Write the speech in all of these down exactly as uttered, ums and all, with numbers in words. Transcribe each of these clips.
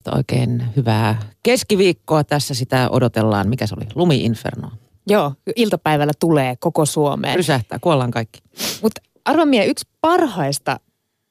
Nostosta oikein hyvää keskiviikkoa. Tässä sitä odotellaan. Mikä se oli? Lumi-inferno. Joo, iltapäivällä tulee koko Suomeen. Rysähtää, kuollaan kaikki. Mutta arvaa Mie, yksi parhaista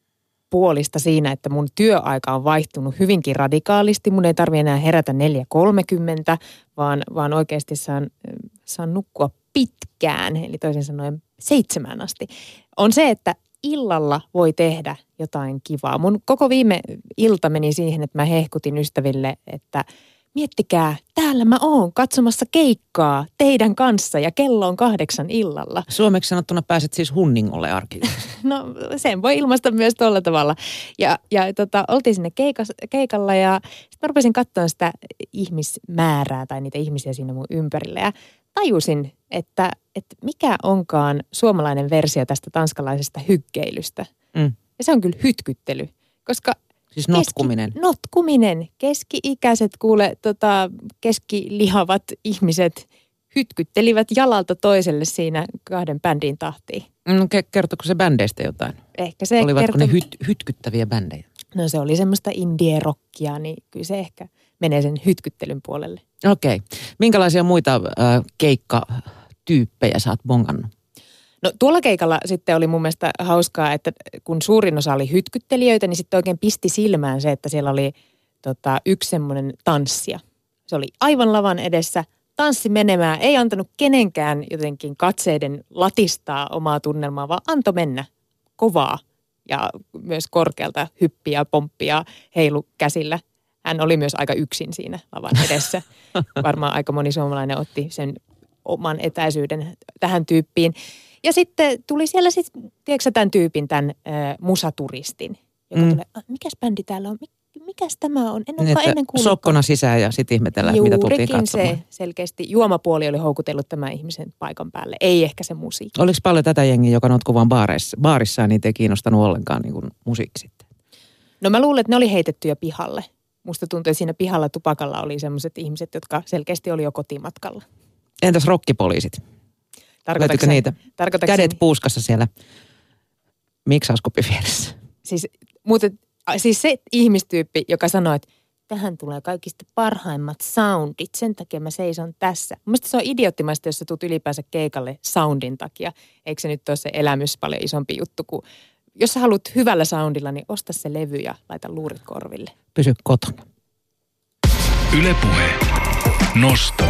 puolista siinä, että mun työaika on vaihtunut hyvinkin radikaalisti. Mun ei tarvitse enää herätä neljä kolmekymmentä, vaan, vaan oikeasti saan, saan nukkua pitkään, eli toisin sanoen seitsemään asti. On se, että illalla voi tehdä jotain kivaa. Mun koko viime ilta meni siihen, että mä hehkutin ystäville, että miettikää, täällä mä oon katsomassa keikkaa teidän kanssa ja kello on kahdeksan illalla. Suomeksi sanottuna pääset siis hunningolle arkiin. No sen voi ilmaista myös tuolla tavalla. Ja, ja tota, oltiin sinne keikas, keikalla ja sitten mä rupesin katsoa sitä ihmismäärää tai niitä ihmisiä siinä mun ympärillä. Ja tajusin, että, että mikä onkaan suomalainen versio tästä tanskalaisesta hykkeilystä. Mm. Ja se on kyllä hytkyttely, koska siis notkuminen. Keski, notkuminen. Keski-ikäiset, kuule, tota, keskilihavat ihmiset hytkyttelivät jalalta toiselle siinä kahden bändin tahtiin. No, kertoiko se bändeistä jotain? Ehkä se Olivatko kertoi, ne hyt, hytkyttäviä bändejä? No se oli semmoista indie-rockia, niin kyllä se ehkä menee sen hytkyttelyn puolelle. Okei. Okay. Minkälaisia muita äh, keikkatyyppejä sä oot bongannut? No tuolla keikalla sitten oli mun mielestä hauskaa, että kun suurin osa oli hytkyttelijöitä, niin sitten oikein pisti silmään se, että siellä oli tota, yksi semmoinen tanssija. Se oli aivan lavan edessä, tanssi menemään, ei antanut kenenkään jotenkin katseiden latistaa omaa tunnelmaa, vaan antoi mennä kovaa ja myös korkealta hyppiä, pomppia, heilu käsillä. Hän oli myös aika yksin siinä lavan edessä. Varmaan aika moni suomalainen otti sen oman etäisyyden tähän tyyppiin. Ja sitten tuli siellä sitten, tiedätkö tämän tyypin, tämän äh, musaturistin, joka mm. tulee, mikäs bändi täällä on, mikäs tämä on, en olekaan niin, ennen kuullutkaan. Sokkona sisään ja sitten ihmetellään, mitä tultiin katsomaan. Se selkeästi, juomapuoli oli houkutellut tämän ihmisen paikan päälle, ei ehkä se musiikki. Oliko paljon tätä jengiä, joka notkui vaan baarissa, baarissa ja niitä ei kiinnostanut ollenkaan niin kuin musiikki sitten? No mä luulen, että ne oli heitetty jo pihalle. Musta tuntuu, että siinä pihalla tupakalla oli sellaiset ihmiset, jotka selkeästi oli jo kotimatkalla. Entäs rokkipoliisit? Löytyykö niitä? Kädet puuskassa siellä miksauskopin vieressä. Siis, mutta, siis se ihmistyyppi, joka sanoo, että tähän tulee kaikista parhaimmat soundit, sen takia mä seison tässä. Mielestäni se on idioottimaista, jos sä tulet ylipäänsä keikalle soundin takia. Eikö se nyt ole se elämys paljon isompi juttu kuin, jos sä haluat hyvällä soundilla, niin osta se levy ja laita luurit korville. Pysy kotona. Yle Puhe. Nosto.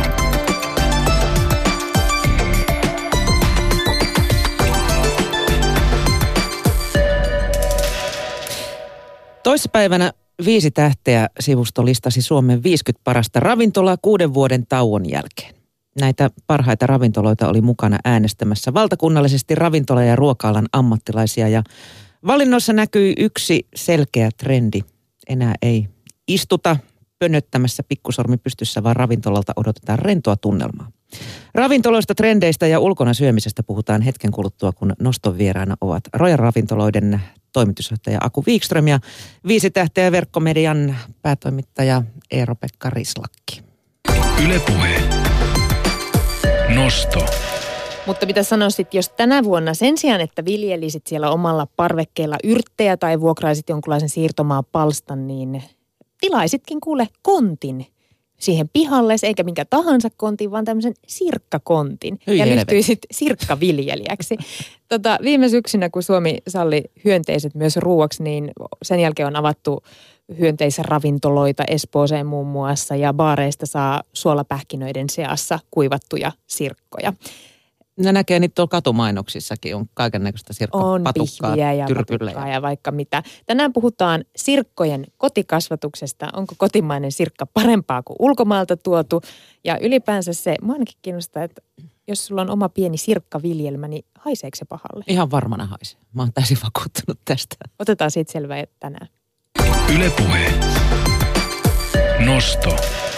Toissapäivänä Viisi tähteä -sivusto listasi Suomen viisikymmentä parasta ravintolaa kuuden vuoden tauon jälkeen. Näitä parhaita ravintoloita oli mukana äänestämässä valtakunnallisesti ravintola- ja ruoka-alan ammattilaisia. Ja valinnoissa näkyi yksi selkeä trendi. Enää ei istuta pönöttämässä pikkusormi pystyssä, vaan ravintolalta odotetaan rentoa tunnelmaa. Ravintoloista, trendeistä ja ulkona syömisestä puhutaan hetken kuluttua, kun Noston vieraana ovat Royal Ravintoloiden toimitusjohtaja Aku Wikström ja Viisi tähteä -verkkomedian päätoimittaja Eero-Pekka Rislakki. Yle Puhe. Nosto. Mutta mitä sanoisit, jos tänä vuonna sen sijaan, että viljelisit siellä omalla parvekkeella yrttejä tai vuokraisit jonkunlaisen siirtomaapalstan, niin tilaisitkin kuule kontin siihen pihalle, eikä minkä tahansa kontin, vaan tämmöisen sirkkakontin. Hyi ja helvet. ryhtyisit sirkkaviljelijäksi. tota, viime syksynä, kun Suomi salli hyönteiset myös ruuaksi, niin sen jälkeen on avattu hyönteisravintoloita Espooseen muun muassa, ja baareista saa suolapähkinöiden seassa kuivattuja sirkkoja. Ne näkee niitä tuolla katumainoksissakin, on kaikennäköistä sirkkapatukkaa, On pihviä ja tyrkyllä patukkaa ja vaikka mitä. Tänään puhutaan sirkkojen kotikasvatuksesta. Onko kotimainen sirkka parempaa kuin ulkomailta tuotu? Ja ylipäänsä se, mua ainakin kiinnostaa, että jos sulla on oma pieni sirkkaviljelmä, niin haiseeko se pahalle? Ihan varmana haisee. Mä oon täysin vakuuttunut tästä. Otetaan siitä selvää tänään. Yle Puhe. Nosto.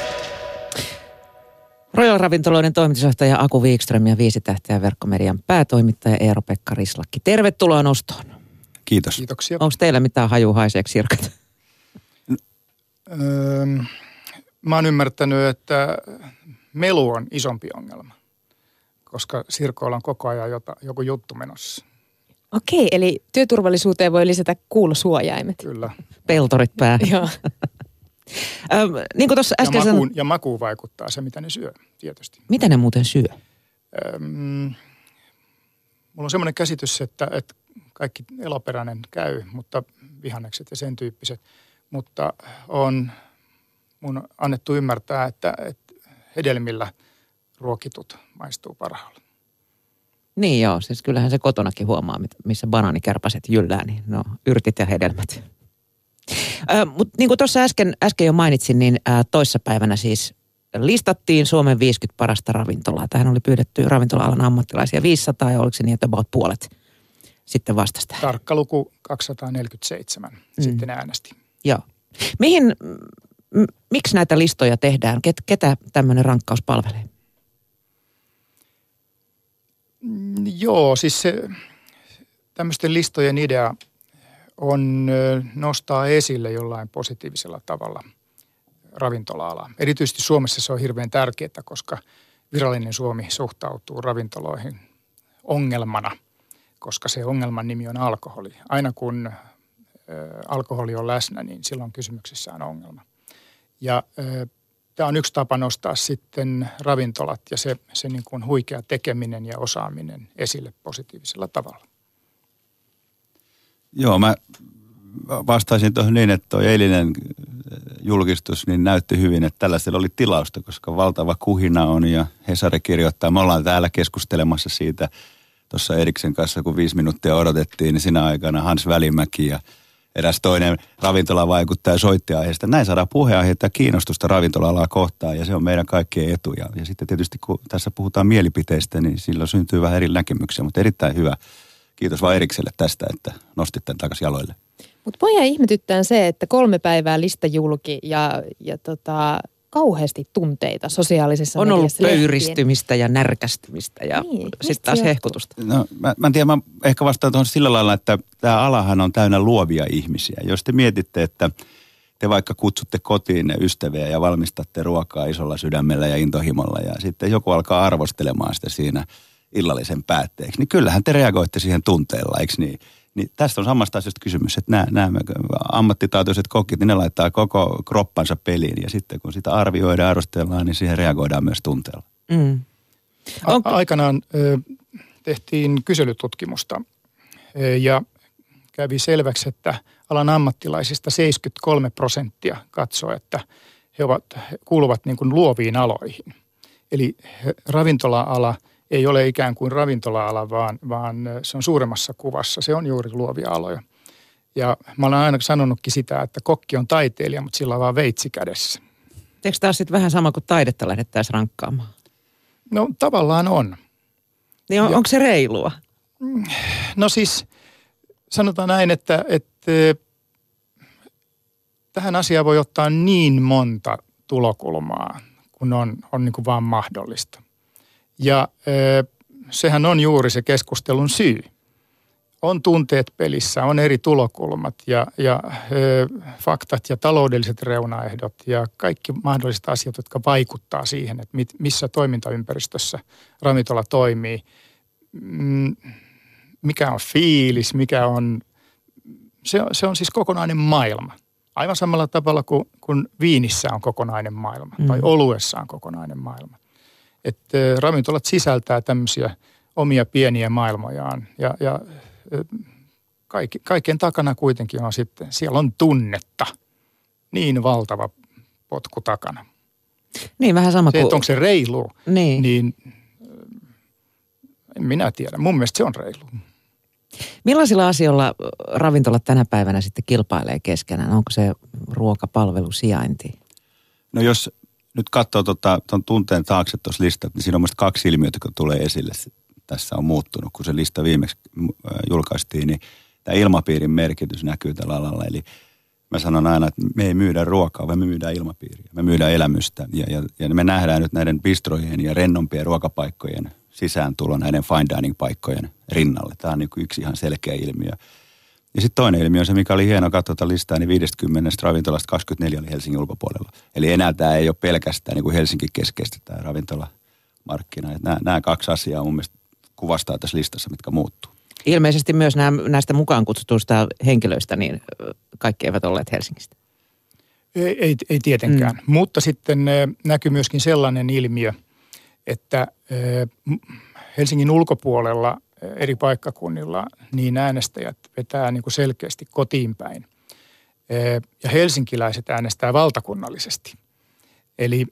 Royal Ravintoloiden toimitusjohtaja Aku Wikström ja Viisi tähteä -verkkomedian päätoimittaja Eero-Pekka Rislakki. Tervetuloa Nostoon. Kiitos. Kiitoksia. Onko teillä mitään haju haiseeksi sirkat? Öö, mä oon ymmärtänyt, että melu on isompi ongelma, koska sirkoilla on koko ajan jota, joku juttu menossa. Okei, eli työturvallisuuteen voi lisätä kuulosuojaimet. Kyllä. Peltorit pää. Joo. Ähm, niin kuin tuossa äsken ja, makuun, san... ja makuun vaikuttaa se, mitä ne syö, tietysti. Mitä ne muuten syö? Ähm, mulla on semmoinen käsitys, että, että kaikki eloperäinen käy, mutta vihannekset ja sen tyyppiset. Mutta on mun annettu ymmärtää, että, että hedelmillä ruokitut maistuu parhaalle. Niin joo, siis kyllähän se kotonakin huomaa, missä banaanikärpäset jyllää, niin no yrtit ja hedelmät. Äh, mutta niin kuin tuossa äsken, äsken jo mainitsin, niin äh, toissapäivänä siis listattiin Suomen viisikymmentä parasta ravintolaa. Tähän oli pyydetty ravintola-alan ammattilaisia viisisataa ja oliko se niin, että about puolet sitten vastasi. Tarkka luku kaksisataaneljäkymmentäseitsemän mm. sitten äänesti. Joo. Mihin, m- miksi näitä listoja tehdään? Ket, ketä tämmöinen rankkaus palvelee? Mm, joo, siis se, tämmöisten listojen idea on nostaa esille jollain positiivisella tavalla ravintola-alaa. Erityisesti Suomessa se on hirveän tärkeää, koska virallinen Suomi suhtautuu ravintoloihin ongelmana, koska se ongelman nimi on alkoholi. Aina kun ä, alkoholi on läsnä, niin silloin kysymyksessä on ongelma. Ja tämä on yksi tapa nostaa sitten ravintolat ja se, se niin kuin huikea tekeminen ja osaaminen esille positiivisella tavalla. Joo, mä vastaisin tuohon niin, että tuo eilinen julkistus niin näytti hyvin, että tällaisella oli tilausta, koska valtava kuhina on ja Hesari kirjoittaa. Me ollaan täällä keskustelemassa siitä tuossa Eriksen kanssa, kun viisi minuuttia odotettiin, niin siinä aikana Hans Välimäki ja eräs toinen ravintolavaikuttaja soitti aiheesta. Näin saadaan puheenaiheita ja kiinnostusta ravintola-alaa kohtaan ja se on meidän kaikkien etu. Ja, ja sitten tietysti kun tässä puhutaan mielipiteistä, niin silloin syntyy vähän eri näkemyksiä, mutta erittäin hyvä. Kiitos vaan Erikselle tästä, että nostit tämän takaisin jaloille. Mutta poja ihmetyttää se, että kolme päivää lista julki ja, ja tota, kauheasti tunteita sosiaalisessa on mediassa. On ollut pöyristymistä ja närkästymistä ja niin, sitten taas hehkutusta. No mä, mä en tiedä, mä ehkä vastaan tuohon sillä lailla, että tämä alahan on täynnä luovia ihmisiä. Jos te mietitte, että te vaikka kutsutte kotiin ystäviä ja valmistatte ruokaa isolla sydämellä ja intohimolla ja sitten joku alkaa arvostelemaan sitä siinä illallisen päätteeksi, niin kyllähän te reagoitte siihen tunteella, eikö niin? Niin tästä on samasta asiasta kysymys, että nämä, nämä ammattitaitoiset kokit, niin ne laittaa koko kroppansa peliin ja sitten kun sitä arvioidaan, arvostellaan, niin siihen reagoidaan myös tunteella. Mm. A- aikanaan ö, tehtiin kyselytutkimusta ö, ja kävi selväksi, että alan ammattilaisista seitsemänkymmentäkolme prosenttia katsoo, että he ovat, kuuluvat niin kuin luoviin aloihin. Eli ravintola-ala ei ole ikään kuin ravintola-ala, vaan, vaan se on suuremmassa kuvassa. Se on juuri luovia aloja. Ja mä olen aina sanonutkin sitä, että kokki on taiteilija, mutta sillä on vaan veitsi kädessä. Eikö tämä sitten vähän sama kuin taidetta lähdettäisiin rankkaamaan? No tavallaan on. Niin on, onko se reilua? No siis sanotaan näin, että, että tähän asiaan voi ottaa niin monta tulokulmaa, kun on, on niin kuin vaan mahdollista. Ja ö, sehän on juuri se keskustelun syy. On tunteet pelissä, on eri tulokulmat ja, ja ö, faktat ja taloudelliset reunaehdot ja kaikki mahdolliset asiat, jotka vaikuttaa siihen, että mit, missä toimintaympäristössä ravintola toimii. Mm, mikä on fiilis, mikä on, se, se on siis kokonainen maailma. Aivan samalla tavalla kuin, kuin viinissä on kokonainen maailma mm. tai oluessa on kokonainen maailma. Että ravintolat sisältää tämmöisiä omia pieniä maailmojaan ja, ja kaikki, kaiken takana kuitenkin on sitten, siellä on tunnetta, niin valtava potku takana. Niin vähän sama se, kuin... että onko se reilu, niin. niin en minä tiedä. Mun mielestä se on reilu. Millaisilla asioilla ravintolat tänä päivänä sitten kilpailee keskenään? Onko se ruokapalvelu, sijainti? No jos nyt katsoo tuon tota, tunteen taakse tuossa listat, niin siinä on mielestäni kaksi ilmiötä, jotka tulee esille. Tässä on muuttunut, kun se lista viimeksi julkaistiin, niin tämä ilmapiirin merkitys näkyy tällä alalla. Eli mä sanon aina, että me ei myydä ruokaa, vaan me myydään ilmapiiriä. Me myydään elämystä ja, ja, ja me nähdään nyt näiden bistrojen ja rennompien ruokapaikkojen sisääntulo näiden fine dining-paikkojen rinnalle. Tämä on niin kuin yksi ihan selkeä ilmiö. Ja sitten toinen ilmiö on se, mikä oli hieno katsoa listaa, niin viisikymmentä ravintolasta kaksikymmentäneljä oli Helsingin ulkopuolella. Eli enää tämä ei ole pelkästään niin kuin Helsinki-keskeistä tämä ravintolamarkkina. Nämä, nämä kaksi asiaa mun mielestä kuvastaa tässä listassa, mitkä muuttuu. Ilmeisesti myös nämä, näistä mukaan kutsutuista henkilöistä, niin kaikki eivät olleet Helsingistä. Ei, ei, ei tietenkään, mm. mutta sitten näkyy myöskin sellainen ilmiö, että Helsingin ulkopuolella eri paikkakunnilla niin äänestäjät vetää niin kuin selkeästi kotiin päin. Ja helsinkiläiset äänestää valtakunnallisesti. Eli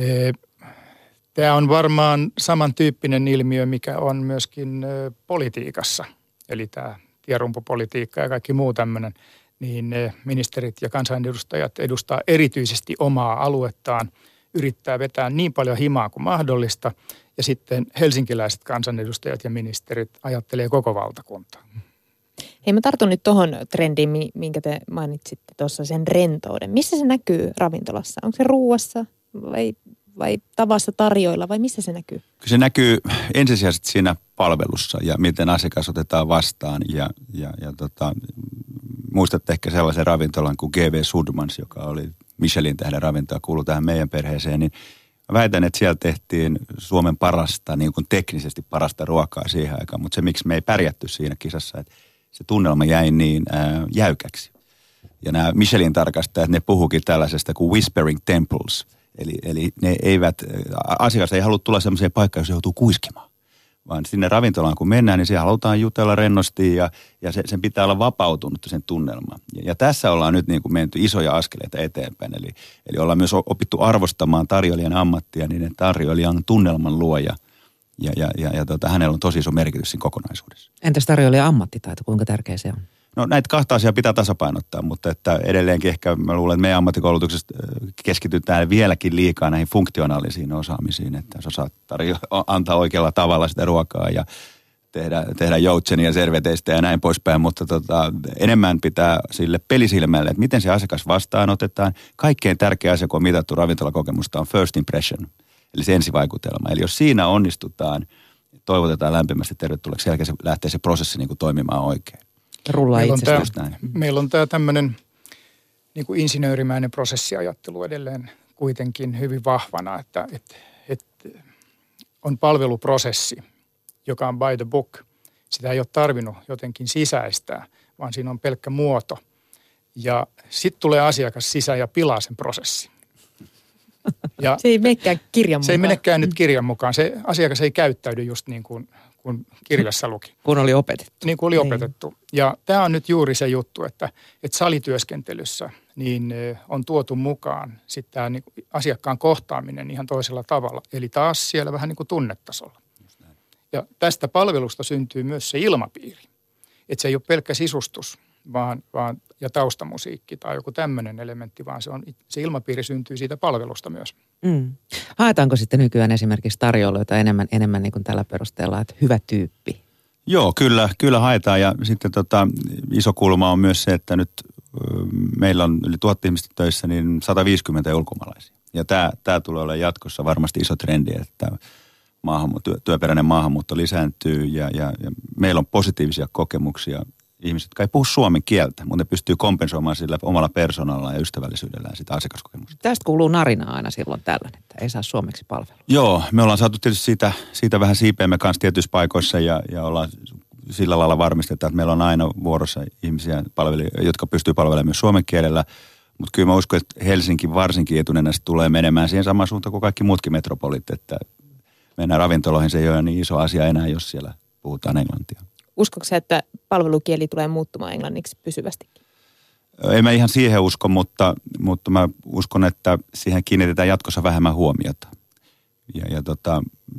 tämä on varmaan samantyyppinen ilmiö, mikä on myöskin politiikassa. Eli tämä tierumpupolitiikka ja kaikki muu tämmöinen, niin ministerit ja kansanedustajat edustaa erityisesti omaa aluettaan, yrittää vetää niin paljon himaa kuin mahdollista, ja sitten helsinkiläiset kansanedustajat ja ministerit ajattelee koko valtakuntaa. Hei, mä tartun nyt tuohon trendiin, minkä te mainitsitte tuossa, sen rentouden. Missä se näkyy ravintolassa? Onko se ruuassa vai, vai tavassa tarjoilla vai missä se näkyy? Kyllä se näkyy ensisijaisesti siinä palvelussa ja miten asiakas otetaan vastaan. Ja, ja, ja tota, muistatte ehkä sellaisen ravintolan kuin G V Sudmans, joka oli Michelin tähden ravintola, kuului tähän meidän perheeseen, niin väitän, että siellä tehtiin Suomen parasta, niin kuin teknisesti parasta ruokaa siihen aikaan, mutta se miksi me ei pärjätty siinä kisassa, että se tunnelma jäi niin ää, jäykäksi. Ja nämä Michelin tarkastajat, ne puhukin tällaisesta kuin whispering temples. Eli, eli ne eivät, asiakas ei halua tulla sellaiseen paikkaan, jos joutuu kuiskimaan. Vaan sinne ravintolaan kun mennään, niin siellä halutaan jutella rennosti ja, ja se, sen pitää olla vapautunut sen tunnelma. Ja, ja tässä ollaan nyt niin kuin menty isoja askeleita eteenpäin. Eli, eli ollaan myös opittu arvostamaan tarjoilijan ammattia, niin että tarjoilija on tunnelman luoja. Ja, ja, ja, ja tota, hänellä on tosi iso merkitys siinä kokonaisuudessa. Entäs tarjoilijan ammattitaito, kuinka tärkeä se on? No näitä kahta asiaa pitää tasapainottaa, mutta että edelleenkin ehkä mä luulen, että meidän ammattikoulutuksessa keskitytään vieläkin liikaa näihin funktionaalisiin osaamisiin, että jos osaat tarjo- antaa oikealla tavalla sitä ruokaa ja tehdä, tehdä joutsenia, serveteistä ja näin poispäin, mutta tota, enemmän pitää sille pelisilmälle, että miten se asiakas vastaanotetaan. Kaikkein tärkeä asia, kun on mitattu ravintolakokemusta, on first impression, eli se ensivaikutelma. Eli jos siinä onnistutaan, toivotetaan lämpimästi tervetulleeksi, jälkeen se lähtee se prosessi niin kuin toimimaan oikein. Rullaa itsestään. Tämä, meillä on tämä tämmöinen niin kuin insinöörimäinen prosessiajattelu edelleen kuitenkin hyvin vahvana, että, että, että on palveluprosessi, joka on by the book. Sitä ei ole tarvinnut jotenkin sisäistää, vaan siinä on pelkkä muoto. Ja sitten tulee asiakas sisään ja pilaa sen prosessin. Ja se ei menekään kirjan mukaan. Se ei menekään nyt kirjan mukaan. Se asiakas ei käyttäydy just niin kuin kun kirjassa luki. Kun oli opetettu. Niin kuin oli opetettu. Niin. Ja tämä on nyt juuri se juttu, että, että salityöskentelyssä niin on tuotu mukaan sitten tämä niin asiakkaan kohtaaminen ihan toisella tavalla. Eli taas siellä vähän niin kuin tunnetasolla. Ja tästä palvelusta syntyy myös se ilmapiiri. Että se ei ole pelkkä sisustus vaan, vaan, ja taustamusiikki tai joku tämmöinen elementti, vaan se, on, se ilmapiiri syntyy siitä palvelusta myös. Mm. Haetaanko sitten nykyään esimerkiksi tarjoilijoita enemmän, enemmän niin kuin tällä perusteella, että hyvä tyyppi? Joo, kyllä, kyllä haetaan ja sitten tota, iso kulma on myös se, että nyt meillä on yli tuhat ihmistä töissä, niin sata viisikymmentä ulkomaalaisia. Ja tämä, tämä tulee olemaan jatkossa varmasti iso trendi, että maahanmuutto, työperäinen maahanmuutto lisääntyy ja, ja, ja meillä on positiivisia kokemuksia. Ihmiset, jotka ei puhu suomen kieltä, mutta ne pystyy kompensoimaan sillä omalla persoonalla ja ystävällisyydellään sitä asiakaskokemusta. Tästä kuuluu narinaa aina silloin tällöin, että ei saa suomeksi palvelua. Joo, me ollaan saatu tietysti siitä, siitä vähän siipeämme kanssa tietyissä paikoissa ja, ja ollaan sillä lailla varmistetaan, että meillä on aina vuorossa ihmisiä, jotka pystyy palvelemaan myös suomen kielellä. Mutta kyllä mä uskon, että Helsinki varsinkin etunenässä tulee menemään siihen samaan suuntaan kuin kaikki muutkin metropolit, että mennään ravintoloihin, se ei ole niin iso asia enää, jos siellä puhutaan englantia. Uskotko sä, että palvelukieli tulee muuttumaan englanniksi pysyvästikin? En mä ihan siihen usko, mutta, mutta mä uskon, että siihen kiinnitetään jatkossa vähemmän huomiota. Ja, ja tota,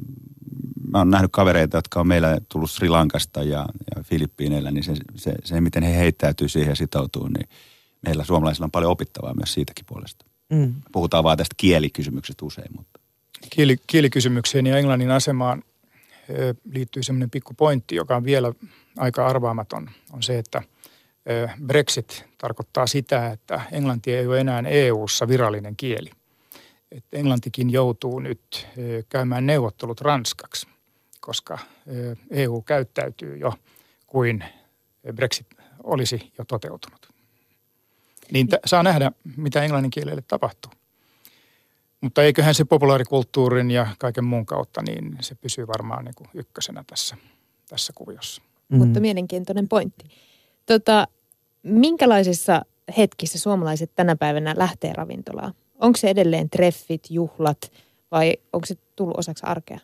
mä oon nähnyt kavereita, jotka on meillä tullut Sri Lankasta ja, ja Filippiineillä, niin se, se, se, miten he heittäytyy siihen ja sitoutuu, niin meillä suomalaisilla on paljon opittavaa myös siitäkin puolesta. Mm. Puhutaan vaan tästä kielikysymyksestä usein, mutta... Kieli, kielikysymykseen ja englannin asemaan liittyy semmoinen pikku pointti, joka on vielä aika arvaamaton, on se, että Brexit tarkoittaa sitä, että englanti ei ole enää E U:ssa virallinen kieli. Että englantikin joutuu nyt käymään neuvottelut ranskaksi, koska E U käyttäytyy jo kuin Brexit olisi jo toteutunut. Niin t- saa nähdä, mitä englannin kielelle tapahtuu. Mutta eiköhän se populaarikulttuurin ja kaiken muun kautta, niin se pysyy varmaan niin kuin ykkösenä tässä, tässä kuviossa. Mm. Mutta mielenkiintoinen pointti. Tota, minkälaisissa hetkissä suomalaiset tänä päivänä lähtee ravintolaan? Onko se edelleen treffit, juhlat vai onko se tullut osaksi arkea?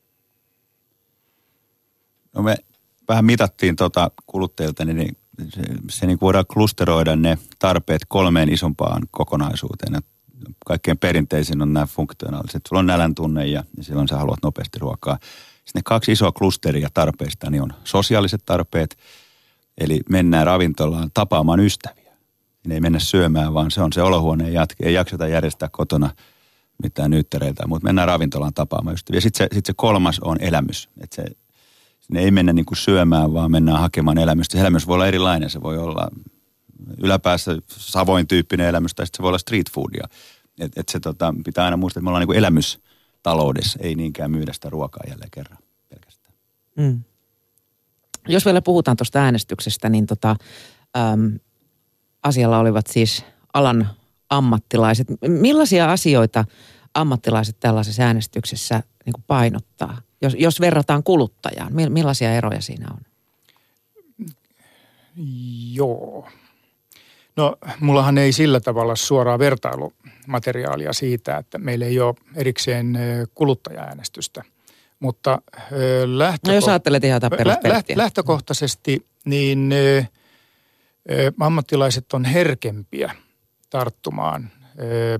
No me vähän mitattiin tota kuluttajilta, niin se, se niin voidaan klusteroida ne tarpeet kolmeen isompaan kokonaisuuteen. Kaikkein perinteisin on nämä funktionaaliset. Sulla on nälän tunne ja, ja silloin sä haluat nopeasti ruokaa. Sitten ne kaksi isoa klusteria tarpeista niin on sosiaaliset tarpeet, eli mennään ravintolaan tapaamaan ystäviä. Ne ei mennä syömään, vaan se on se olohuoneen jatke. Ei jakseta järjestää kotona mitään nyyttäreitä, mutta mennään ravintolaan tapaamaan ystäviä. Sitten se, sit se kolmas on elämys. Että se, sinne ei mennä niin kuin syömään, vaan mennään hakemaan elämystä. Se elämys voi olla erilainen. Se voi olla yläpäässä Savoin tyyppinen elämys, tai sitten se voi olla street foodia. Että et se tota, pitää aina muistaa, että me ollaan niin kuin elämystaloudessa, ei niinkään myydä sitä ruokaa jälleen kerran pelkästään. Mm. Jos vielä puhutaan tuosta äänestyksestä, niin tota, äm, asialla olivat siis alan ammattilaiset. Millaisia asioita ammattilaiset tällaisessa äänestyksessä niin kuin painottaa, jos, jos verrataan kuluttajaan? Millaisia eroja siinä on? Joo. No, mullahan ei sillä tavalla suoraa vertailumateriaalia siitä, että meillä ei ole erikseen kuluttaja-äänestystä. Mutta lähtöko- no jos ajattelet ihan jotain peruspeltiä. Lähtökohtaisesti niin ö, ö, ammattilaiset on herkempiä tarttumaan, ö,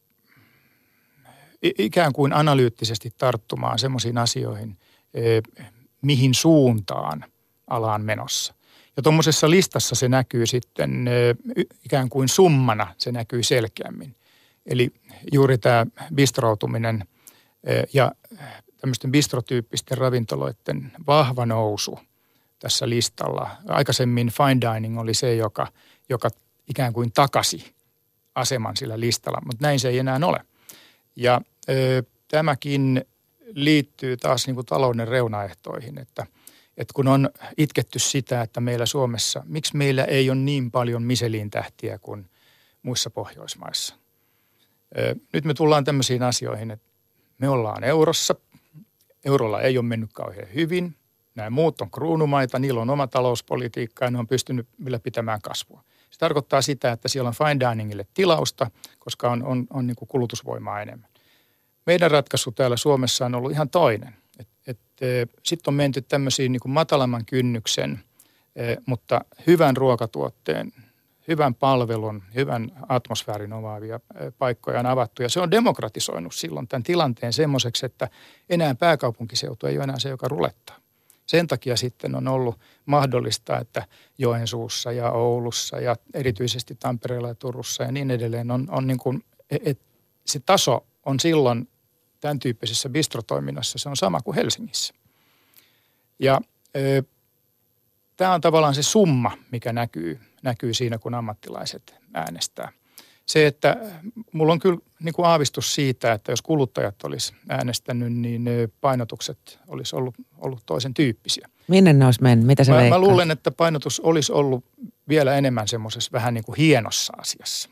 ikään kuin analyyttisesti tarttumaan semmoisiin asioihin, ö, mihin suuntaan ala on menossa. Ja tuommoisessa listassa se näkyy sitten ö, ikään kuin summana, se näkyy selkeämmin. Eli juuri tämä bistroutuminen ö, ja tämmöisten bistrotyyppisten ravintoloiden vahva nousu tässä listalla. Aikaisemmin fine dining oli se, joka, joka ikään kuin takasi aseman sillä listalla, mutta näin se ei enää ole. Ja ö, tämäkin liittyy taas niin kuin talouden reunaehtoihin, että, että kun on itketty sitä, että meillä Suomessa, miksi meillä ei ole niin paljon Michelin-tähtiä kuin muissa Pohjoismaissa. Ö, nyt me tullaan tämmöisiin asioihin, että me ollaan eurossa. Eurolla ei ole mennyt kauhean hyvin. Nämä muut on kruunumaita, niillä on oma talouspolitiikka ja ne on pystynyt ylläpitämään kasvua. Se tarkoittaa sitä, että siellä on fine diningille tilausta, koska on, on, on niin kuin kulutusvoimaa enemmän. Meidän ratkaisu täällä Suomessa on ollut ihan toinen. Et, et, sitten on menty tämmöisiin niin kuin matalamman kynnyksen, mutta hyvän ruokatuotteen, hyvän palvelun, hyvän atmosfäärin omaavia paikkoja on avattu. Ja se on demokratisoinut silloin tämän tilanteen semmoiseksi, että enää pääkaupunkiseutu ei ole enää se, joka rulettaa. Sen takia sitten on ollut mahdollista, että Joensuussa ja Oulussa ja erityisesti Tampereella ja Turussa ja niin edelleen on, on niin kuin, että se taso on silloin tämän tyyppisessä bistrotoiminnassa, se on sama kuin Helsingissä. Ja ö, tämä on tavallaan se summa, mikä näkyy, näkyy siinä, kun ammattilaiset äänestää. Se, että mulla on kyllä niin kuin aavistus siitä, että jos kuluttajat olisi äänestänyt, niin painotukset olisi ollut, ollut toisen tyyppisiä. Minne ne olisi mennyt? Mitä sä mä, veikkaat? Mä luulen, että painotus olisi ollut vielä enemmän semmoisessa vähän niin kuin hienossa asiassa.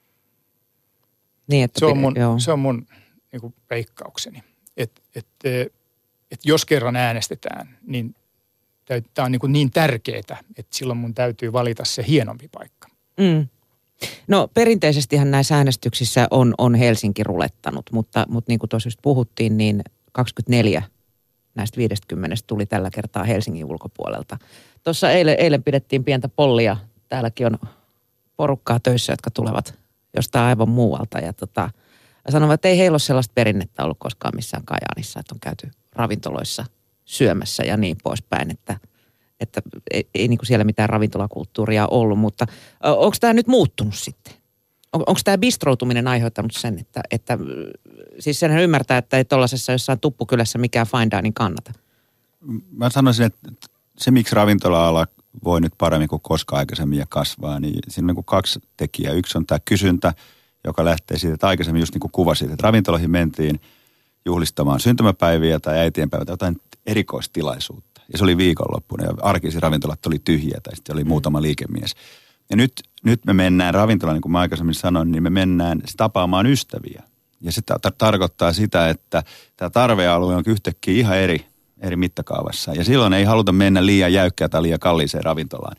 Niin, että se on mun, joo. se on mun niin kuin veikkaukseni. Että et, et jos kerran äänestetään, niin tämä on niin, kuin niin tärkeää, että silloin mun täytyy valita se hienompi paikka. Mm. No perinteisestihän näissä äänestyksissä on, on Helsinki rulettanut, mutta, mutta niin kuin tuossa just puhuttiin, niin kaksikymmentäneljä näistä viisikymmentä tuli tällä kertaa Helsingin ulkopuolelta. Tuossa eilen, eilen pidettiin pientä pollia. Täälläkin on porukkaa töissä, jotka tulevat jostain aivan muualta. Ja tota, sanovat, että ei heillä ole sellaista perinnettä ollut koskaan missään Kajaanissa, että on käyty ravintoloissa syömässä ja niin poispäin, että että ei, ei niin kuin siellä mitään ravintolakulttuuria ollut, mutta onko tämä nyt muuttunut sitten? On, onko tämä bistroutuminen aiheuttanut sen, että, että siis senhän ymmärtää, että ei tuollaisessa jossain tuppukylässä mikään fine dining kannata? Mä sanoisin, että se miksi ravintola-ala voi nyt paremmin kuin koskaan aikaisemmin ja kasvaa, niin siinä on niin kuin kaksi tekijää. Yksi on tämä kysyntä, joka lähtee siitä, että aikaisemmin just niin kuin kuvasit, että ravintoloihin mentiin juhlistamaan syntymäpäiviä tai äitienpäivää tai jotain erikoistilaisuutta. Ja se oli viikonloppuna ja arkisi ravintolat oli tyhjiä tai sitten oli muutama liikemies. Ja nyt, nyt me mennään ravintolaan, niin kuin mä aikaisemmin sanoin, niin me mennään tapaamaan ystäviä. Ja se tar- tarkoittaa sitä, että tämä tarvealue on yhtäkkiä ihan eri, eri mittakaavassa. Ja silloin ei haluta mennä liian jäykkää tai liian kalliiseen ravintolaan.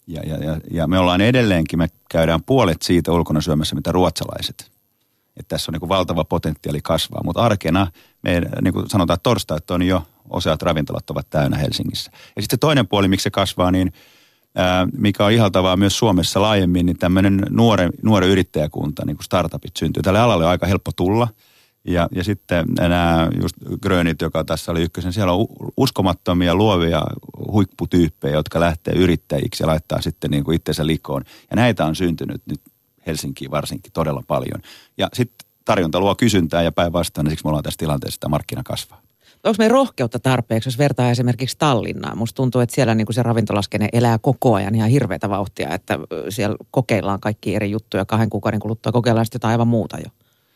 Ja, ja, ja, ja me ollaan edelleenkin, me käydään puolet siitä ulkona syömässä, mitä ruotsalaiset. Että tässä on niin kuin valtava potentiaali kasvaa, mutta arkena, me, niin kuin sanotaan, että torstaita on jo useat ravintolat ovat täynnä Helsingissä. Ja sitten toinen puoli, miksi se kasvaa, niin ää, mikä on ihaltavaa myös Suomessa laajemmin, niin tämmöinen nuore, nuori yrittäjäkunta, niin kuin startupit syntyy. Tälle alalle on aika helppo tulla. Ja, ja sitten nämä just Grönit, joka tässä oli ykkösen, siellä on uskomattomia, luovia huipputyyppejä, jotka lähtee yrittäjiksi ja laittaa sitten niin kuin itsensä likoon. Ja näitä on syntynyt nyt Helsinkiin varsinkin todella paljon. Ja sitten tarjonta luo kysyntää ja päinvastoin, niin siksi me ollaan tässä tilanteessa, että markkina kasvaa. Onko meidän rohkeutta tarpeeksi, jos vertaa esimerkiksi Tallinnaan? Musta tuntuu, että siellä niin kuin se ravintolaskene elää koko ajan ihan hirveätä vauhtia, että siellä kokeillaan kaikki eri juttuja. Kahden kuukauden kuluttua kokeillaan sitten jotain aivan muuta jo.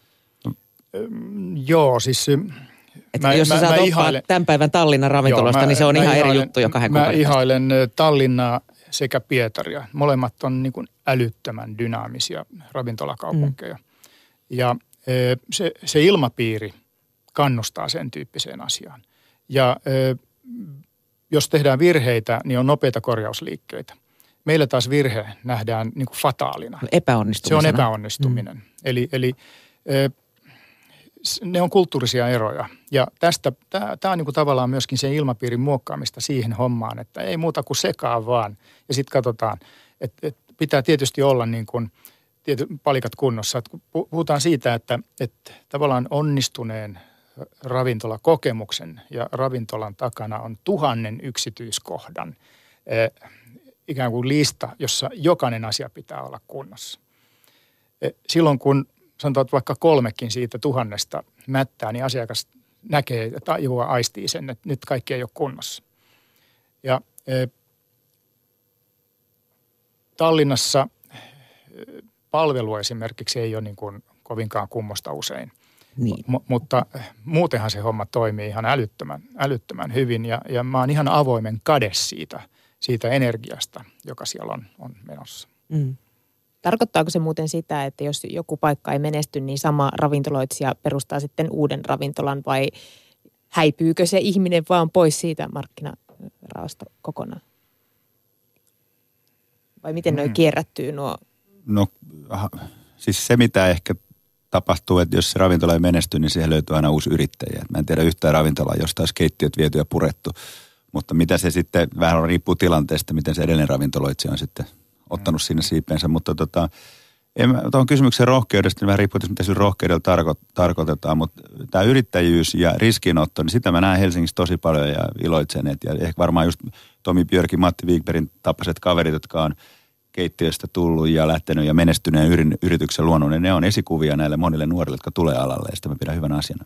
Joo, siis että mä, jos sä mä, saat mä ihailen, tämän päivän Tallinnan ravintolasta, joo, mä, niin se on ihan ihailen, eri juttu jo kahden kuukauden. Mä ihailen Tallinnaa sekä Pietaria. Molemmat on niin kuin älyttömän dynaamisia ravintolakaupunkeja. Mm. Ja se, se ilmapiiri kannustaa sen tyyppiseen asiaan. Ja jos tehdään virheitä, niin on nopeita korjausliikkeitä. Meillä taas virhe nähdään niin kuin fataalina. Epäonnistumisena. Se on epäonnistuminen. Mm. Eli, eli ne on kulttuurisia eroja. Ja tästä, tämä on niin kuin tavallaan myöskin sen ilmapiirin muokkaamista siihen hommaan, että ei muuta kuin sekaan vaan. Ja sitten katsotaan, että, että pitää tietysti olla niin kuin tiety, palikat kunnossa. Että puhutaan siitä, että, että tavallaan onnistuneen ravintolakokemuksen ja ravintolan takana on tuhannen yksityiskohdan eh, ikään kuin lista, jossa jokainen asia pitää olla kunnossa. Eh, silloin kun sanotaan, että vaikka kolmekin siitä tuhannesta mättää, niin asiakas näkee ja tajuaa, aistii sen, että nyt kaikki ei ole kunnossa. Ja eh, Tallinnassa eh, palvelu esimerkiksi ei ole niin kuin kovinkaan kummosta usein. Niin. M- mutta muutenhan se homma toimii ihan älyttömän, älyttömän hyvin ja, ja mä oon ihan avoimen kade siitä, siitä energiasta, joka siellä on, on menossa. Mm. Tarkoittaako se muuten sitä, että jos joku paikka ei menesty, niin sama ravintoloitsija perustaa sitten uuden ravintolan vai häipyykö se ihminen vaan pois siitä markkinaraosta kokonaan? Vai miten mm. noi kierrättyy nuo? No siis se mitä ehkä tapahtuu, että jos se ravintola ei menesty, niin siihen löytyy aina uusi yrittäjä. Mä en tiedä yhtään ravintolaa, josta olisi keittiöt viety ja purettu. Mutta mitä se sitten, vähän riippuu tilanteesta, miten se edellinen ravintoloitsija on sitten ottanut sinne siipeensä. Mutta tota, tuohon kysymykseen rohkeudesta, niin vähän riippuu, mitä sillä rohkeudella tarko, tarkoitetaan. Mutta tämä yrittäjyys ja riskinotto, niin sitä mä näen Helsingissä tosi paljon ja iloitsen. Et, ja ehkä varmaan just Tomi Björkin, Matti Wigbergin tapaiset kaverit, jotka on keittiöstä tullut ja lähtenyt ja menestyneen yrityksen luonut, niin ne on esikuvia näille monille nuorille, jotka tulee alalle, ja sitä mä pidän hyvänä asiana.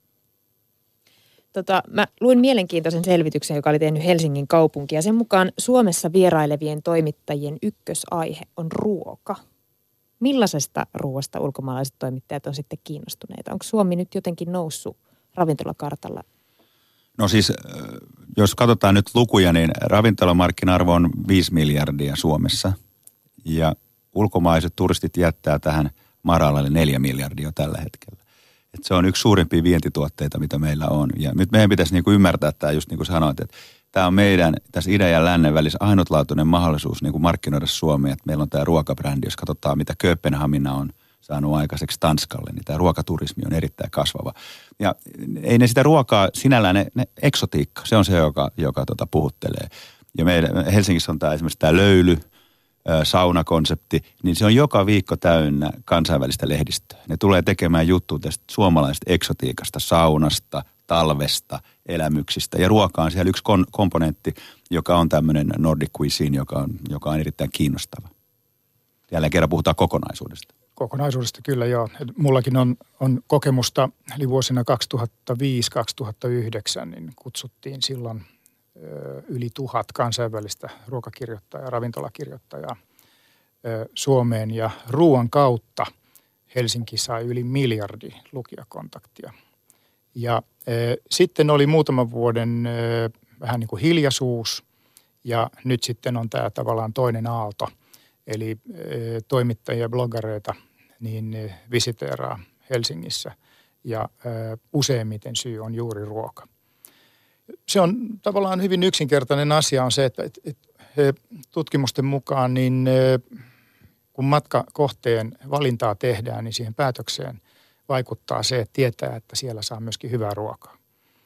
Tota, mä luin mielenkiintoisen selvityksen, joka oli tehnyt Helsingin kaupunki, ja sen mukaan Suomessa vierailevien toimittajien ykkösaihe on ruoka. Millaisesta ruoasta ulkomaalaiset toimittajat on sitten kiinnostuneita? Onko Suomi nyt jotenkin noussut ravintolakartalla? No siis, jos katsotaan nyt lukuja, niin ravintolamarkkina-arvo on viisi miljardia Suomessa. Ja ulkomaiset turistit jättää tähän maralalle neljä miljardia tällä hetkellä. Et se on yksi suurimpia vientituotteita, mitä meillä on. Ja nyt meidän pitäisi niinku ymmärtää tämä, just niin kuin sanoit, että tämä on meidän tässä idän ja lännen välissä ainutlaatuinen mahdollisuus niinku markkinoida Suomea. Että meillä on tämä ruokabrändi, jos katsotaan mitä Kööpenhamina on saanut aikaiseksi Tanskalle, niin tämä ruokaturismi on erittäin kasvava. Ja ei ne sitä ruokaa sinällään, ne, ne eksotiikka, se on se, joka, joka tota puhuttelee. Ja meillä Helsingissä on tämä esimerkiksi tämä löyly, saunakonsepti, niin se on joka viikko täynnä kansainvälistä lehdistöä. Ne tulee tekemään juttua tästä suomalaisesta eksotiikasta, saunasta, talvesta, elämyksistä. Ja ruoka on siellä yksi kon- komponentti, joka on tämmöinen Nordic cuisine, joka on, joka on erittäin kiinnostava. Jälleen kerran puhutaan kokonaisuudesta. Kokonaisuudesta kyllä joo. Mullakin on, on kokemusta, eli vuosina kaksituhattaviisi kaksituhattayhdeksän, niin kutsuttiin silloin yli tuhat kansainvälistä ruokakirjoittajaa, ravintolakirjoittajaa Suomeen ja ruoan kautta Helsinki sai yli miljardi lukijakontaktia. Ja e, sitten oli muutaman vuoden e, vähän niin kuin hiljaisuus ja nyt sitten on tämä tavallaan toinen aalto. Eli e, toimittajia ja bloggareita niin e, visiteeraa Helsingissä ja e, useimmiten syy on juuri ruoka. Se on tavallaan hyvin yksinkertainen asia on se, että, että, että tutkimusten mukaan, niin kun matkakohteen valintaa tehdään, niin siihen päätökseen vaikuttaa se, että tietää, että siellä saa myöskin hyvää ruokaa.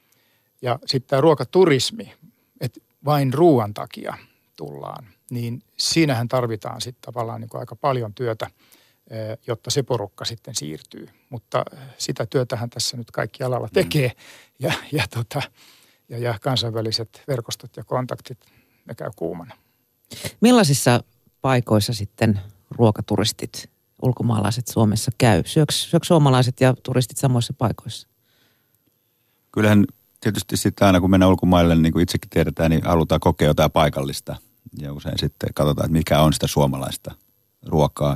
Ja sitten tämä ruokaturismi, että vain ruoan takia tullaan, niin siinähän tarvitaan sitten tavallaan niin kuin aika paljon työtä, jotta se porukka sitten siirtyy. Mutta sitä työtähän tässä nyt kaikki alalla tekee ja, ja, tota, ja, ja kansainväliset verkostot ja kontaktit, ne käy kuumana. Millaisissa paikoissa sitten ruokaturistit, ulkomaalaiset Suomessa käy? Syöks, syöks suomalaiset ja turistit samoissa paikoissa? Kyllähän tietysti sitten aina kun mennään ulkomaille, niin kuin itsekin tiedetään, niin halutaan kokea jotain paikallista. Ja usein sitten katsotaan, että mikä on sitä suomalaista ruokaa.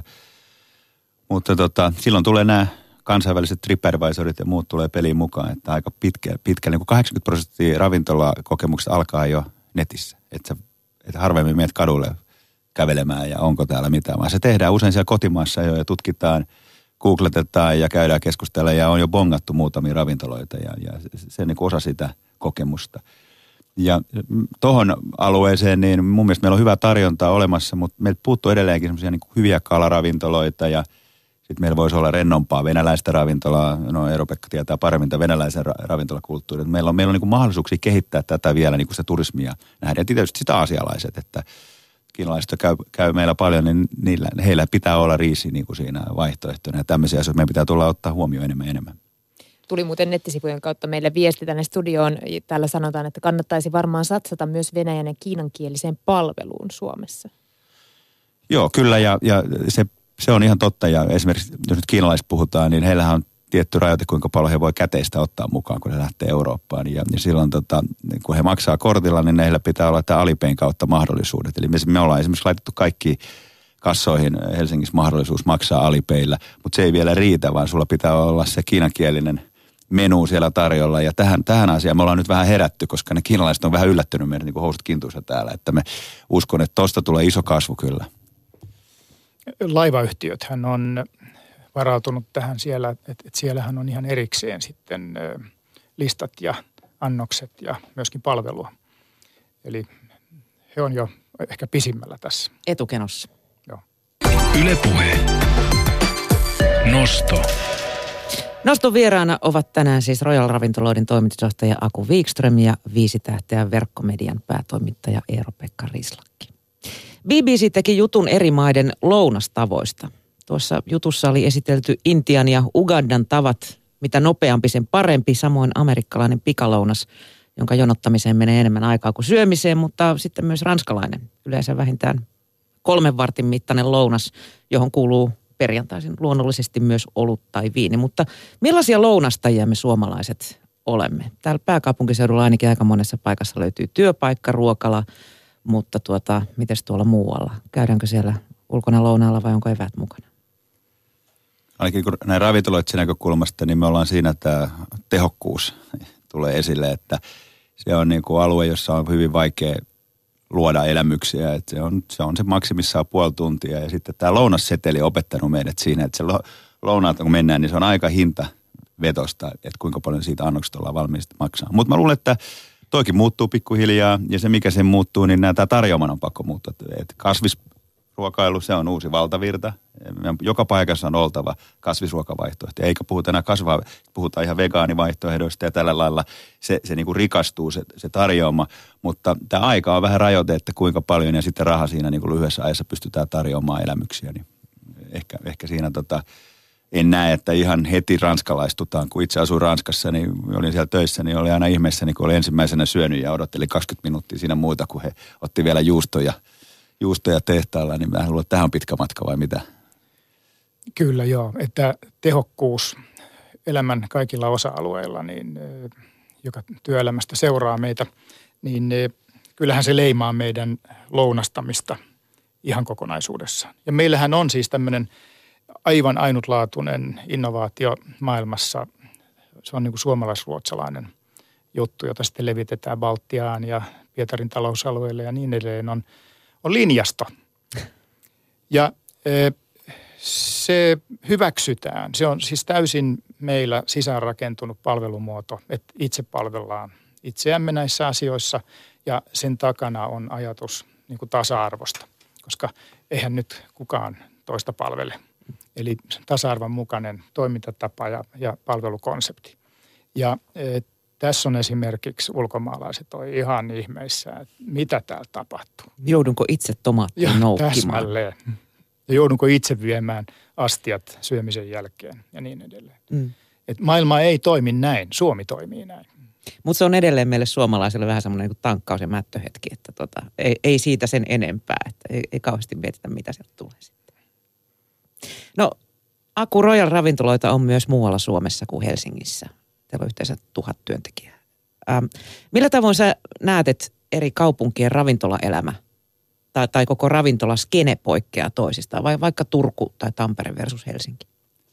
Mutta tota, silloin tulee nämä kansainväliset TripAdvisorit ja muut tulee peliin mukaan, että aika pitkä, pitkä niin kuin kahdeksankymmentä prosenttia ravintolakokemuksista alkaa jo netissä. Että, että harvemmin menet kadulle kävelemään ja onko täällä mitään, vaan se tehdään usein siellä kotimaassa jo ja tutkitaan, googletetaan ja käydään keskustella ja on jo bongattu muutamia ravintoloita ja, ja se, se niin kuin osa sitä kokemusta. Ja tuohon alueeseen, niin mun mielestä meillä on hyvää tarjontaa olemassa, mutta meiltä puuttuu edelleenkin semmoisia niin kuin hyviä kalaravintoloita ja sitten meillä voisi olla rennompaa venäläistä ravintolaa. No Eero-Pekka tietää paremmin tämän venäläisen ra- ravintolakulttuurin. Meillä on, meillä on niin kuin mahdollisuuksia kehittää tätä vielä niin kuin sitä turismia nähdään. Ja tietysti sitä aasialaiset, että kiinalaiset käy, käy meillä paljon, niin niillä, heillä pitää olla riisi niin kuin siinä vaihtoehtona. Ja tämmöisiä asioita meidän pitää tulla ottaa huomioon enemmän ja enemmän. Tuli muuten nettisivujen kautta meille viesti tänne studioon. Täällä sanotaan, että kannattaisi varmaan satsata myös venäjän ja kiinankieliseen palveluun Suomessa. Joo, kyllä ja, ja se, se on ihan totta. Ja esimerkiksi jos nyt kiinalaiset puhutaan, niin heillähän on tietty rajoite, kuinka paljon he voi käteistä ottaa mukaan, kun he lähtee Eurooppaan. Ja, ja silloin tota, kun he maksaa kortilla, niin heillä pitää olla tämä Alipayn kautta mahdollisuudet. Eli me, me ollaan esimerkiksi laitettu kaikki kassoihin Helsingissä mahdollisuus maksaa Alipaylla, mutta se ei vielä riitä, vaan sulla pitää olla se kiinankielinen menu siellä tarjolla. Ja tähän, tähän asiaan me ollaan nyt vähän herätty, koska ne kiinalaiset on vähän yllättynyt meidän niin kuin housut kintuissa täällä. Että me uskon, että tosta tulee iso kasvu kyllä. Laivayhtiöthän on varautunut tähän siellä, että, että siellähän on ihan erikseen sitten listat ja annokset ja myöskin palvelua. Eli he on jo ehkä pisimmällä tässä. Etukenossa. Joo. Yle Puhe. Nosto. Noston vieraana ovat tänään siis Royal Ravintoloiden toimitusjohtaja Aku Wikström ja Viisi tähteä verkkomedian päätoimittaja Eero-Pekka Rislakki. B B C teki jutun eri maiden lounastavoista. Tuossa jutussa oli esitelty Intian ja Ugandan tavat, mitä nopeampi sen parempi, samoin amerikkalainen pikalounas, jonka jonottamiseen menee enemmän aikaa kuin syömiseen, mutta sitten myös ranskalainen, yleensä vähintään kolmen vartin mittainen lounas, johon kuuluu perjantaisin luonnollisesti myös olut tai viini. Mutta millaisia lounastajia me suomalaiset olemme? Täällä pääkaupunkiseudulla ainakin aika monessa paikassa löytyy työpaikka, ruokala, mutta tuota, mites tuolla muualla? Käydäänkö siellä ulkona lounaalla vai onko eväät mukana? Ainakin kun näin ravintoloitsen näkökulmasta, niin me ollaan siinä, että tehokkuus tulee esille, että se on niin kuin alue, jossa on hyvin vaikea luoda elämyksiä, että se on se, on se maksimissaan puoli tuntia ja sitten tämä lounasseteli on opettanut meidät siinä, että se lounaalta kun mennään, niin se on aika hinta vetosta, että kuinka paljon siitä annoksesta ollaan valmiista maksaa. Mutta mä luulen, että toikin muuttuu pikkuhiljaa ja se mikä sen muuttuu, niin tämä tarjoaman on pakko muuttua. Että kasvisruokailu, se on uusi valtavirta. Joka paikassa on oltava kasvisruokavaihtoehto. Eikä puhuta enää kasvaa, puhutaan ihan vegaanivaihtoehdoista ja tällä lailla se, se niin kuin rikastuu se, se tarjoama. Mutta tämä aika on vähän rajoite, että kuinka paljon ja sitten raha siinä niin kuin lyhyessä ajassa pystytään tarjoamaan elämyksiä. Niin ehkä, ehkä siinä tota, en näe, että ihan heti ranskalaistutaan. Kun itse asuin Ranskassa, niin olin siellä töissä, niin oli aina ihmeessä, niin kun oli ensimmäisenä syönyt ja odotteli kaksikymmentä minuuttia siinä muuta, kun he otti vielä juustoja, juustoja tehtaalla. Niin mä luulen, että tähän on pitkä matka vai mitä? Kyllä joo, että tehokkuus elämän kaikilla osa-alueilla, niin, joka työelämästä seuraa meitä, niin kyllähän se leimaa meidän lounastamista ihan kokonaisuudessaan. Ja meillähän on siis tämmöinen aivan ainutlaatuinen innovaatio maailmassa. Se on niin kuin suomalais-ruotsalainen juttu, jota sitten levitetään Baltiaan ja Pietarin talousalueelle ja niin edelleen, on, on linjasto. Ja se hyväksytään. Se on siis täysin meillä sisäänrakentunut palvelumuoto, että itse palvellaan itseämme näissä asioissa ja sen takana on ajatus niin kuin tasa-arvosta, koska eihän nyt kukaan toista palvele. Eli tasa-arvon mukainen toimintatapa ja, ja palvelukonsepti. Ja e, tässä on esimerkiksi ulkomaalaiset on ihan ihmeissä, että mitä täällä tapahtuu. Joudunko itse tomaattiin ja noukkimaan? Täsmälleen. Ja joudunko itse viemään astiat syömisen jälkeen ja niin edelleen. Mm. Et maailma ei toimi näin, Suomi toimii näin. Mutta se on edelleen meille suomalaisille vähän semmoinen niin tankkaus- ja mättöhetki, että tota, ei, ei siitä sen enempää, että ei, ei kauheasti mietitä, mitä sieltä tulee sitten. No, Aku Royal ravintoloita on myös muualla Suomessa kuin Helsingissä. Teillä on yhteensä tuhat työntekijää. Ähm, millä tavoin sä näet, että eri kaupunkien ravintolaelämä tai, tai koko ravintolaskene poikkeaa toisistaan, vai vaikka Turku tai Tampere versus Helsinki?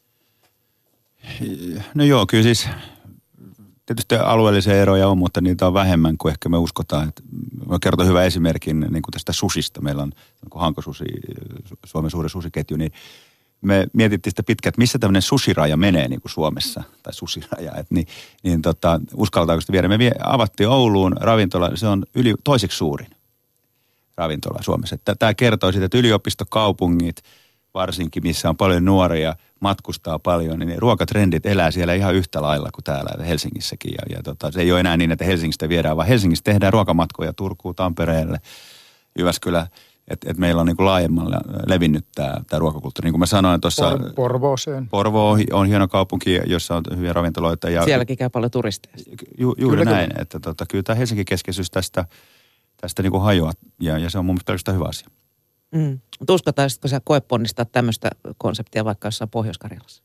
No joo, kyllä siis tietysti alueellisia eroja on, mutta niitä on vähemmän kuin ehkä me uskotaan. Että mä kerron hyvän esimerkin niin kuin tästä susista. Meillä on Hanko-susi, Suomen suuri susiketju, niin me mietittiin sitä pitkään, että missä tämmöinen sushiraja menee niin kuin Suomessa, tai sushiraja, että niin, niin tota, uskaltaako sitä viedä. Me vie, avattiin Ouluun ravintola, se on yli, toiseksi suurin ravintola Suomessa. Tämä kertoo siitä, että yliopistokaupungit, varsinkin missä on paljon nuoria, matkustaa paljon, niin ruokatrendit elää siellä ihan yhtä lailla kuin täällä Helsingissäkin. Ja, ja tota, se ei ole enää niin, että Helsingistä viedään, vaan Helsingissä tehdään ruokamatkoja Turkuun, Tampereelle, Jyväskylä. Että et meillä on niinku laajemmalle levinnyt tämä ruokakulttuuri. Niin kuin mä sanoin tuossa... Por- Porvooseen. Porvoo on hieno kaupunki, jossa on hyviä ravintoloita. Ja sielläkin käy paljon turisteja. Ju, juuri kyllä, näin. Kyllä. Että tota, kyllä tämä Helsinki-keskeisyys tästä, tästä niinku hajoaa ja, ja se on mun mielestä pelkästään hyvä asia. Mm. Mutta uskaltaisitko sä koeponnistaa tämmöistä konseptia vaikka jossain Pohjois-Karjalassa?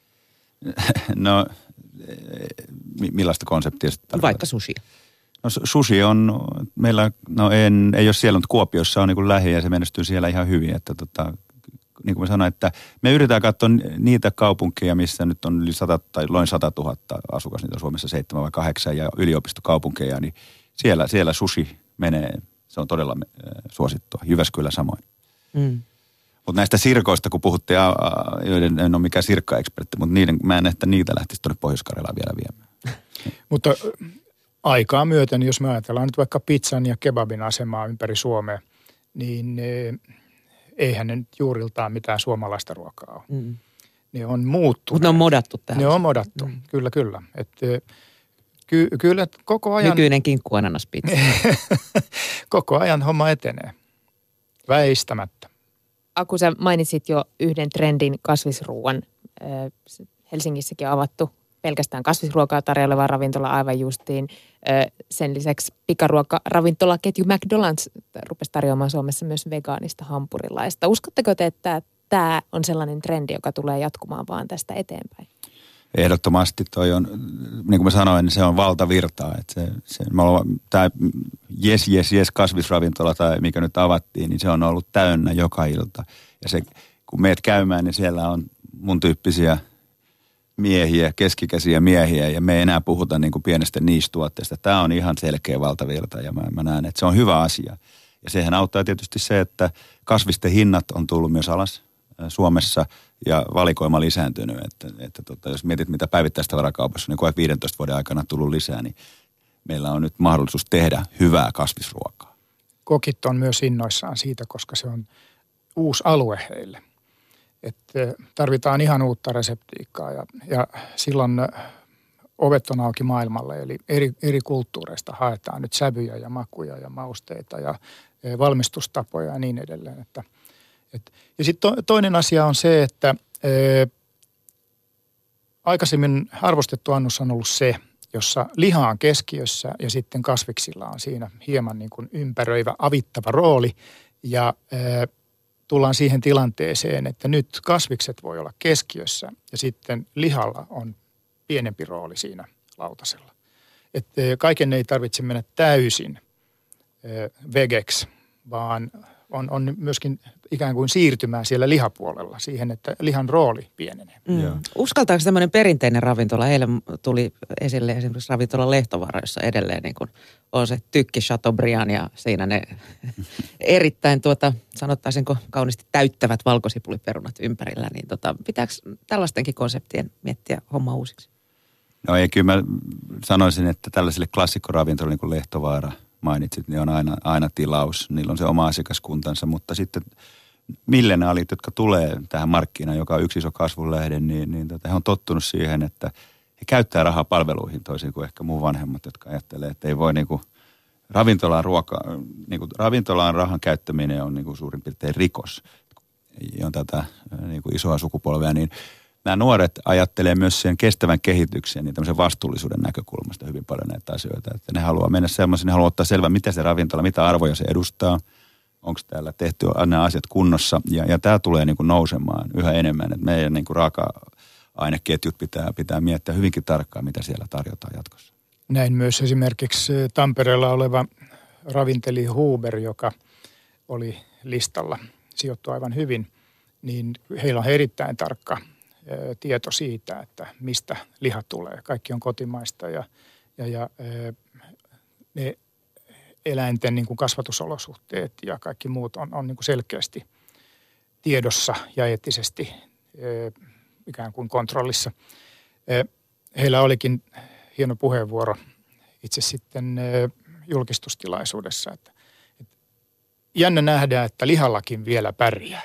No, millaista konseptia? Vaikka sushi. No sushi on, meillä, no en, ei ole siellä, mutta Kuopiossa on niin kuin lähi ja se menestyy siellä ihan hyvin. Että tota, niin kuin mä sanoin, että me yritetään katsoa niitä kaupunkeja, missä nyt on yli sata tai noin sata tuhatta asukas, niitä on Suomessa seitsemän vai kahdeksan ja yliopistokaupunkeja, niin siellä, siellä sushi menee, se on todella suosittua. Jyväskylä samoin. Mm. Mutta näistä sirkoista, kun puhuttiin, joiden en ole mikään sirkka-ekspertti, mutta niiden, mä en että niitä lähtisi tuonne Pohjois-Karjalaan vielä viemään. Mutta aikaa myöten, jos me ajatellaan nyt vaikka pizzan ja kebabin asemaa ympäri Suomea, niin eihän ne nyt juuriltaan mitään suomalaista ruokaa ole. Mm. Ne on muuttunut. Mutta ne on modattu tähän. Ne on modattu, mm. kyllä, kyllä. Että ky, kyllä koko ajan... Nykyinen kinkkuananaspizza. Koko ajan homma etenee. Väistämättä. Aku, sä mainitsit jo yhden trendin, kasvisruuan. Helsingissäkin on avattu pelkästään kasvisruokaa tarjoileva ravintola aivan justiin. Sen lisäksi pikaruokaravintolaketju McDonald's rupesi tarjoamaan Suomessa myös vegaanista hampurilaista. Uskotteko te, että tämä on sellainen trendi, joka tulee jatkumaan vaan tästä eteenpäin? Ehdottomasti toi on, niin kuin mä sanoin, niin se on valtavirtaa. Että se, se, tämä jes, jes, jes kasvisravintola tai mikä nyt avattiin, niin se on ollut täynnä joka ilta. Ja se, kun meet käymään, niin siellä on mun tyyppisiä miehiä, keskikäisiä miehiä ja me ei enää puhuta niin kuin pienestä niistuotteesta. Tämä on ihan selkeä valtavirta ja mä, mä näen, että se on hyvä asia. Ja sehän auttaa tietysti se, että kasvisten hinnat on tullut myös alas Suomessa ja valikoima lisääntynyt. Että, että tota, jos mietit, mitä päivittäistä varakaupassa on niin viidentoista vuoden aikana tullut lisää, niin meillä on nyt mahdollisuus tehdä hyvää kasvisruokaa. Kokit on myös innoissaan siitä, koska se on uusi alue heille. Että tarvitaan ihan uutta reseptiikkaa ja, ja silloin ovet on auki maailmalle. Eli eri, eri kulttuureista haetaan nyt sävyjä ja makuja ja mausteita ja valmistustapoja ja niin edelleen. Että, et, ja sitten to, toinen asia on se, että ää, aikaisemmin arvostettu annus on ollut se, jossa liha on keskiössä ja sitten kasviksilla on siinä hieman niin kuin ympäröivä, avittava rooli ja ää, tullaan siihen tilanteeseen, että nyt kasvikset voi olla keskiössä ja sitten lihalla on pienempi rooli siinä lautasella. Että kaiken ei tarvitse mennä täysin vegeksi, vaan on, on myöskin ikään kuin siirtymään siellä lihapuolella siihen, että lihan rooli pienenee. Mm. Uskaltaako tämmöinen perinteinen ravintola? Eilen tuli esille esimerkiksi ravintola Lehtovaara, jossa edelleen niin kuin on se tykki Chateaubriand ja siinä ne erittäin tuota, sanottaisinko kauniisti täyttävät valkosipuliperunat ympärillä. Niin tota, pitääkö tällaistenkin konseptien miettiä homma uusiksi? No ei, kyllä mä sanoisin, että tällaisille klassikkoravintoloille niin kuin Lehtovaara, mainitsit, niin on aina, aina tilaus. Niillä on se oma asiakaskuntansa, mutta sitten millenaalit, jotka tulee tähän markkinaan, joka on yksi iso kasvunlähde, niin, niin tota, he on tottunut siihen, että he käyttää rahaa palveluihin toisin kuin ehkä mun vanhemmat, jotka ajattelee, että ei voi niinku ravintolaan ruoka, niinku ravintolaan rahan käyttäminen on niinku suurin piirtein rikos. On tätä niinku isoa sukupolvea, niin nämä nuoret ajattelee myös sen kestävän kehityksen, niin tämmöisen vastuullisuuden näkökulmasta hyvin paljon näitä asioita. Että ne haluaa mennä semmoisen, ne haluaa ottaa selvää, mitä se ravintola, mitä arvoja se edustaa, onko täällä tehty nämä asiat kunnossa. Ja, ja tämä tulee niin kuin nousemaan yhä enemmän, että meidän niin kuin raaka-aineketjut pitää, pitää miettiä hyvinkin tarkkaan, mitä siellä tarjotaan jatkossa. Näin myös esimerkiksi Tampereella oleva ravinteli Huber, joka oli listalla, sijoittui aivan hyvin, niin heillä on erittäin tarkka tieto siitä, että mistä liha tulee. Kaikki on kotimaista ja, ja, ja ne eläinten niin kuin kasvatusolosuhteet ja kaikki muut on, on niin kuin selkeästi tiedossa ja eettisesti ikään kuin kontrollissa. Heillä olikin hieno puheenvuoro itse sitten julkistustilaisuudessa, että, että jännä nähdä, että lihallakin vielä pärjää.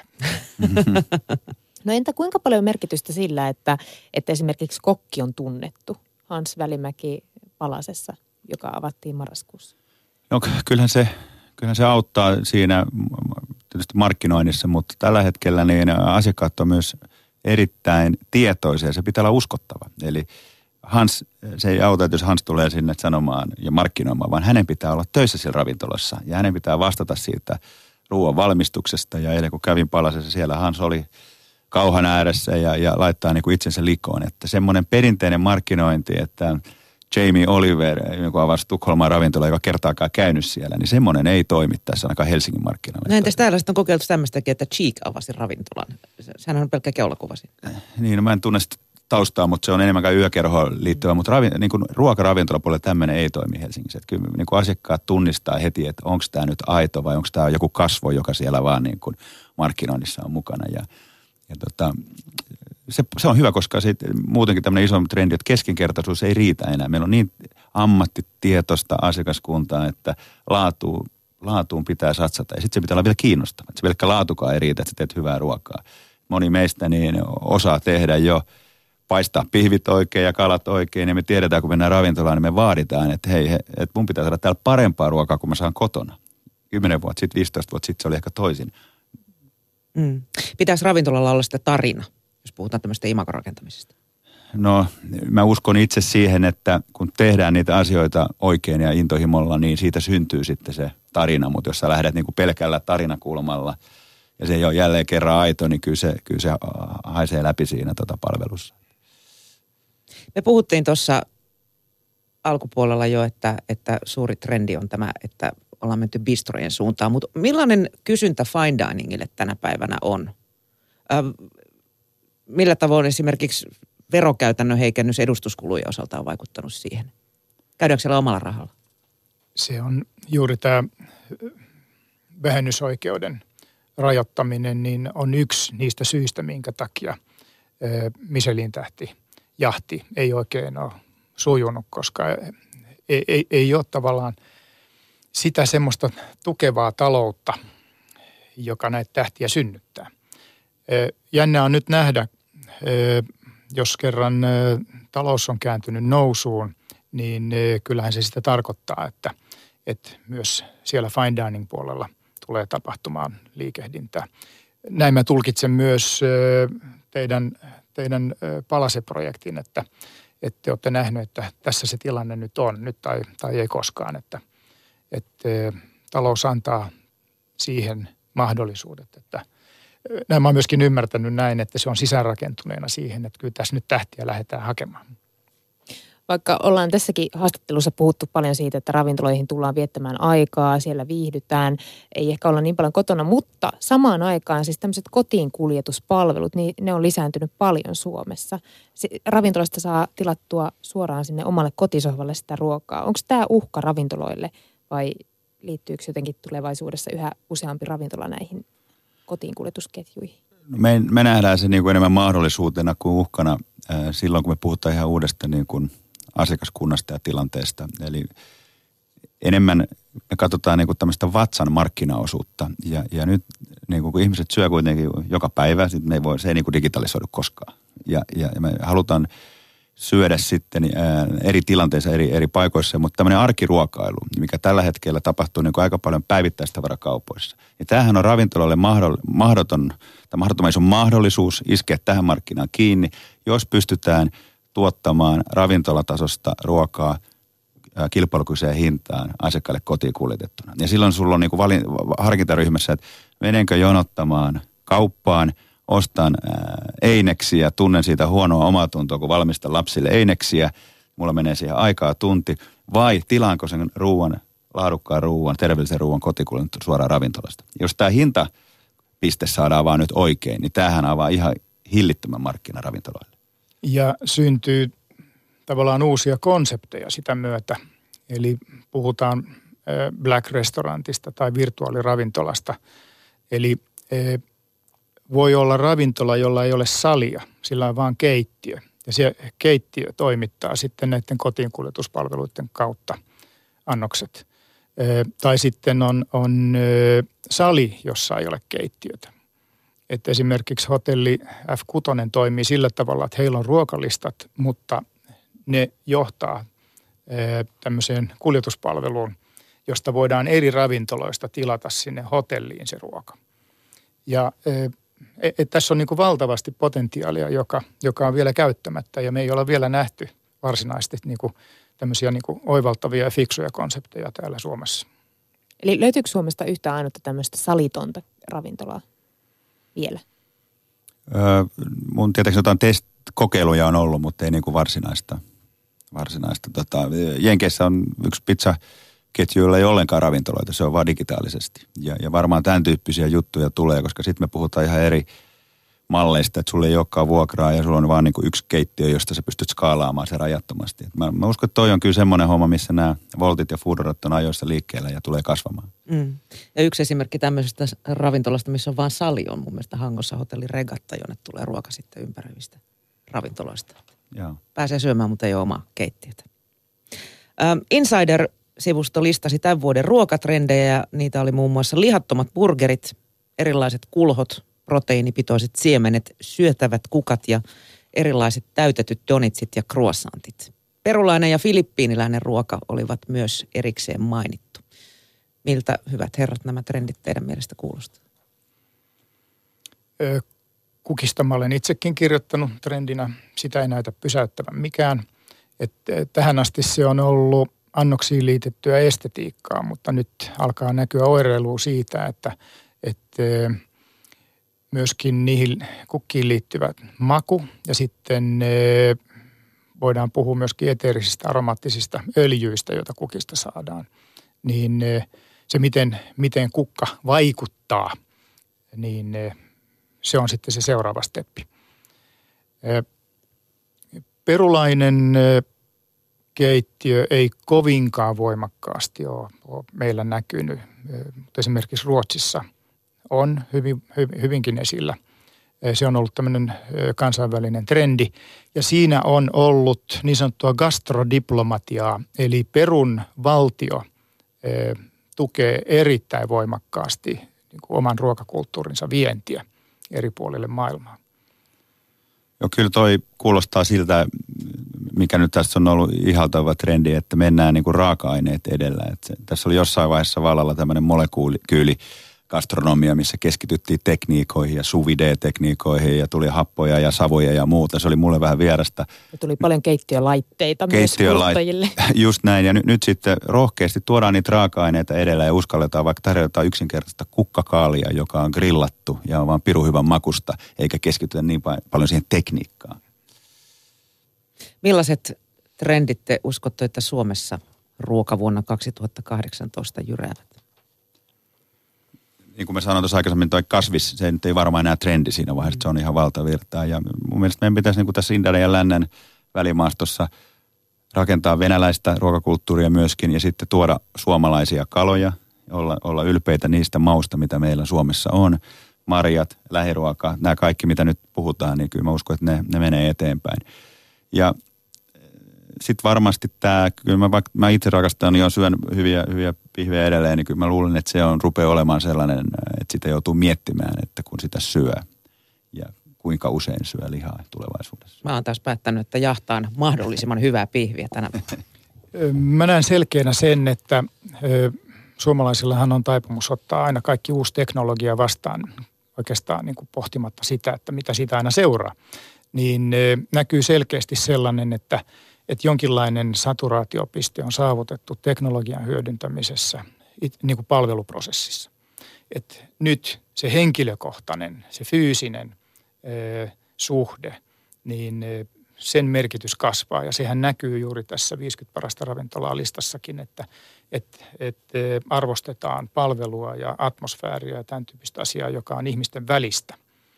No entä kuinka paljon merkitystä sillä, että, että esimerkiksi kokki on tunnettu Hans Välimäki Palasessa, joka avattiin marraskuussa? No kyllähän se, kyllähän se auttaa siinä tietysti markkinoinnissa, mutta tällä hetkellä niin asiakkaat on myös erittäin tietoisia. Se pitää olla uskottava. Eli Hans, se ei auta, että jos Hans tulee sinne sanomaan ja markkinoimaan, vaan hänen pitää olla töissä siellä ravintolassa ja hänen pitää vastata siitä ruoan valmistuksesta. Ja eilen kun kävin Palasessa, siellä Hans oli kauhan ääressä ja, ja laittaa niin kuin itsensä likoon. Että semmoinen perinteinen markkinointi, että Jamie Oliver, joka avasi Tukholman ravintola, joka kertaakaan käynyt siellä, niin semmoinen ei toimi tässä ainakaan Helsingin markkinoilla. No entäs täällä sitten on kokeiltu tämmöistäkin, että Cheek avasi ravintolan. Sehän on pelkkä keulakuvasi. Niin, no mä en tunne sitä taustaa, mutta se on enemmän kuin yökerhoon liittyvä, mutta ravi, niin kuin ruokaravintolapuolella tämmöinen ei toimi Helsingissä. Että kyllä niin kuin asiakkaat tunnistaa heti, että onko tämä nyt aito vai onko tämä joku kasvo, joka siellä vaan niin kuin markkinoinnissa on mukana. Ja, ja tota, se, se on hyvä, koska sit, muutenkin tämmöinen iso trendi, että keskinkertaisuus ei riitä enää. Meillä on niin ammattitietoista asiakaskuntaa, että laatu, laatuun pitää satsata. Ja sitten se pitää olla vielä kiinnostava. Se pelkkä laatukaan ei riitä, että sä teet hyvää ruokaa. Moni meistä niin osaa tehdä jo paistaa pihvit oikein ja kalat oikein. Ja me tiedetään, kun mennään ravintolaan, niin me vaaditaan, että hei, että mun pitää saada täällä parempaa ruokaa, kuin mä saan kotona. Kymmenen vuotta sitten, viisitoista vuotta sitten se oli ehkä toisin. Mm. Pitäisi ravintolalla olla sitä tarina, jos puhutaan tämmöistä imagorakentamisesta? No, mä uskon itse siihen, että kun tehdään niitä asioita oikein ja intohimolla, niin siitä syntyy sitten se tarina. Mutta jos sä lähdet niin kuin pelkällä tarinakulmalla ja se ei ole jälleen kerran aito, niin kyllä se, kyllä se haisee läpi siinä tota palvelussa. Me puhuttiin tuossa alkupuolella jo, että, että suuri trendi on tämä, että ollaan menty bistrojen suuntaan. Mutta millainen kysyntä fine diningille tänä päivänä on? Äh, millä tavoin esimerkiksi verokäytännön heikennys edustuskulujen osalta on vaikuttanut siihen? Käydäänkö siellä omalla rahalla? Se on juuri tämä vähennysoikeuden rajoittaminen, niin on yksi niistä syistä, minkä takia Michelin tähti jahti ei oikein ole sujunut, koska ei, ei, ei ole tavallaan sitä semmoista tukevaa taloutta, joka näitä tähtiä synnyttää. Jännä on nyt nähdä, jos kerran talous on kääntynyt nousuun, niin kyllähän se sitä tarkoittaa, että, että myös siellä fine dining puolella tulee tapahtumaan liikehdintää. Näin mä tulkitsen myös teidän, teidän Palase-projektin, että, että te olette nähneet, että tässä se tilanne nyt on, nyt tai, tai ei koskaan, että, että talous antaa siihen mahdollisuudet, että näin mä oon myöskin ymmärtänyt näin, että se on sisäänrakentuneena siihen, että kyllä tässä nyt tähtiä lähdetään hakemaan. Vaikka ollaan tässäkin haastattelussa puhuttu paljon siitä, että ravintoloihin tullaan viettämään aikaa, siellä viihdytään, ei ehkä olla niin paljon kotona, mutta samaan aikaan siis tämmöiset kotiin kuljetuspalvelut, niin ne on lisääntynyt paljon Suomessa. Ravintolasta saa tilattua suoraan sinne omalle kotisohvalle sitä ruokaa. Onko tämä uhka ravintoloille vai liittyykö jotenkin tulevaisuudessa yhä useampi ravintola näihin kotiin kuljetusketjuihin? Me, me nähdään se niin kuin enemmän mahdollisuutena kuin uhkana äh, silloin, kun me puhutaan ihan uudesta niin kuin asiakaskunnasta ja tilanteesta. Eli enemmän me katsotaan niin kuin tämmöistä vatsan markkinaosuutta. Ja, ja nyt niin kuin, kun ihmiset syö kuitenkin joka päivä, sit me ei voi, se ei niin kuin digitalisoidu koskaan. Ja, ja me halutaan syödä sitten ää, eri tilanteissa, eri, eri paikoissa, mutta tämmöinen arkiruokailu, mikä tällä hetkellä tapahtuu niin kuin aika paljon päivittäistavarakaupoissa. Ja tämähän on ravintolalle mahdoton, tai mahdottoman iso mahdollisuus iskeä tähän markkinaan kiinni, jos pystytään tuottamaan ravintolatasosta ruokaa kilpailukykyiseen hintaan asiakkaalle kotiin kuljetettuna. Ja silloin sulla on niin kuin valin, harkintaryhmässä, että menenkö jonottamaan kauppaan, ostan ää, eineksiä, tunnen siitä huonoa omatuntoa, kun valmistan lapsille eineksiä, mulla menee siihen aikaa tunti, vai tilaanko sen ruoan, laadukkaan ruoan, terveellisen ruoan kotikuljetettuna suoraan ravintolasta. Jos tämä hintapiste saadaan vaan nyt oikein, niin tämähän avaa ihan hillittömän markkina ravintoloille. Ja syntyy tavallaan uusia konsepteja sitä myötä. Eli puhutaan Black Restaurantista tai virtuaaliravintolasta. Eli voi olla ravintola, jolla ei ole salia, sillä on vaan keittiö. Ja se keittiö toimittaa sitten näiden kotiinkuljetuspalveluiden kautta annokset. Tai sitten on, on sali, jossa ei ole keittiötä. Että esimerkiksi hotelli F kuusi toimii sillä tavalla, että heillä on ruokalistat, mutta ne johtaa tämmöiseen kuljetuspalveluun, josta voidaan eri ravintoloista tilata sinne hotelliin se ruoka. Ja et, et tässä on niin kuin valtavasti potentiaalia, joka, joka on vielä käyttämättä ja me ei olla vielä nähty varsinaisesti niin kuin tämmöisiä niin kuin oivaltavia ja fiksuja konsepteja täällä Suomessa. Eli löytyykö Suomesta yhtä ainutta tämmöistä salitonta ravintolaa vielä? Öö, mun tietääkseni jotain test-kokeiluja on ollut, mutta ei niin kuin varsinaista. varsinaista. Tota, Jenkeissä on yksi pizzaketju, jolla ei ole ollenkaan ravintoloita, se on vaan digitaalisesti. Ja, ja varmaan tämän tyyppisiä juttuja tulee, koska sitten me puhutaan ihan eri malleista, että sulla ei olekaan vuokraa ja sulla on vaan niin kuin yksi keittiö, josta sä pystyt skaalaamaan se rajattomasti. Mä, mä uskon, että toi on kyllä semmoinen homma, missä nämä Voltit ja Foodorat on ajoissa liikkeellä ja tulee kasvamaan. Mm. Ja yksi esimerkki tämmöisestä ravintolasta, missä on vaan sali, on mun mielestä Hangossa hotelli Regatta, jonne tulee ruoka sitten ympäröivistä ravintoloista. Joo. Pääsee syömään, mutta ei ole omaa keittiötä. Ähm, Insider-sivusto listasi tämän vuoden ruokatrendejä ja niitä oli muun muassa lihattomat burgerit, erilaiset kulhot, proteiinipitoiset siemenet, syötävät kukat ja erilaiset täytetyt donitsit ja croissantit. Perulainen ja filippiiniläinen ruoka olivat myös erikseen mainittu. Miltä, hyvät herrat, nämä trendit teidän mielestä kuulostaa? Ö, kukista mä olen itsekin kirjoittanut trendinä. Sitä ei näytä pysäyttävän mikään. Et, tähän asti se on ollut annoksiin liitettyä estetiikkaa, mutta nyt alkaa näkyä oireilua siitä, että, että myöskin niihin kukkiin liittyvät maku ja sitten voidaan puhua myöskin eteerisistä aromaattisista öljyistä, joita kukista saadaan. Niin se, miten, miten kukka vaikuttaa, niin se on sitten se seuraava steppi. Perulainen keittiö ei kovinkaan voimakkaasti ole, ole meillä näkynyt, mutta esimerkiksi Ruotsissa on hyvin, hyvinkin esillä. Se on ollut tämmöinen kansainvälinen trendi ja siinä on ollut niin sanottua gastrodiplomatiaa, eli Perun valtio tukee erittäin voimakkaasti niin kuin oman ruokakulttuurinsa vientiä eri puolille maailmaa. Joo, kyllä toi kuulostaa siltä, mikä nyt tässä on ollut ihaltava trendi, että mennään niin kuin raaka-aineet edellä. Että tässä oli jossain vaiheessa vallalla tämmöinen molekyyli gastronomia, missä keskityttiin tekniikoihin ja sous vide-tekniikoihin ja tuli happoja ja savoja ja muuta. Se oli mulle vähän vierasta. Ja tuli paljon keittiölaitteita myös kuluttajille. Just näin. Ja nyt, nyt sitten rohkeasti tuodaan niitä raaka-aineita edellä ja uskalletaan vaikka tarjota yksinkertaista kukkakaalia, joka on grillattu ja on vaan pirun hyvän makusta, eikä keskitytä niin paljon siihen tekniikkaan. Millaiset trendit te uskotte, että Suomessa ruokavuonna kaksituhattakahdeksantoista jyräävät? Niin kuin mä sanoin tuossa aikaisemmin, toi kasvis, se nyt ei varmaan enää trendi siinä vaiheessa, se on ihan valtavirtaa. Ja mun mielestä meidän pitäisi niin kuin tässä Indan ja lännen välimaastossa rakentaa venäläistä ruokakulttuuria myöskin ja sitten tuoda suomalaisia kaloja, olla, olla ylpeitä niistä mausta, mitä meillä Suomessa on. Marjat, lähiruoka, nämä kaikki, mitä nyt puhutaan, niin kyllä mä uskon, että ne, ne menee eteenpäin. Ja sitten varmasti tämä, kyllä mä, vaikka mä itse rakastan ja syön hyviä, hyviä pihvejä edelleen, niin kyllä mä luulen, että se on, rupeaa olemaan sellainen, että sitä joutuu miettimään, että kun sitä syö ja kuinka usein syö lihaa tulevaisuudessa. Mä oon taas päättänyt, että jahtaan mahdollisimman hyvää pihviä tänä vuonna. Mä näen selkeänä sen, että suomalaisillahan on taipumus ottaa aina kaikki uusi teknologia vastaan oikeastaan niin kuin pohtimatta sitä, että mitä siitä aina seuraa. Niin näkyy selkeästi sellainen, että, että jonkinlainen saturaatiopiste on saavutettu teknologian hyödyntämisessä niin kuin palveluprosessissa. Että nyt se henkilökohtainen, se fyysinen eh, suhde, niin eh, sen merkitys kasvaa. Ja sehän näkyy juuri tässä viisikymmentä parasta ravintolaa listassakin, että et, et, eh, arvostetaan palvelua ja atmosfääriä ja tämän tyyppistä asiaa, joka on ihmisten välistä.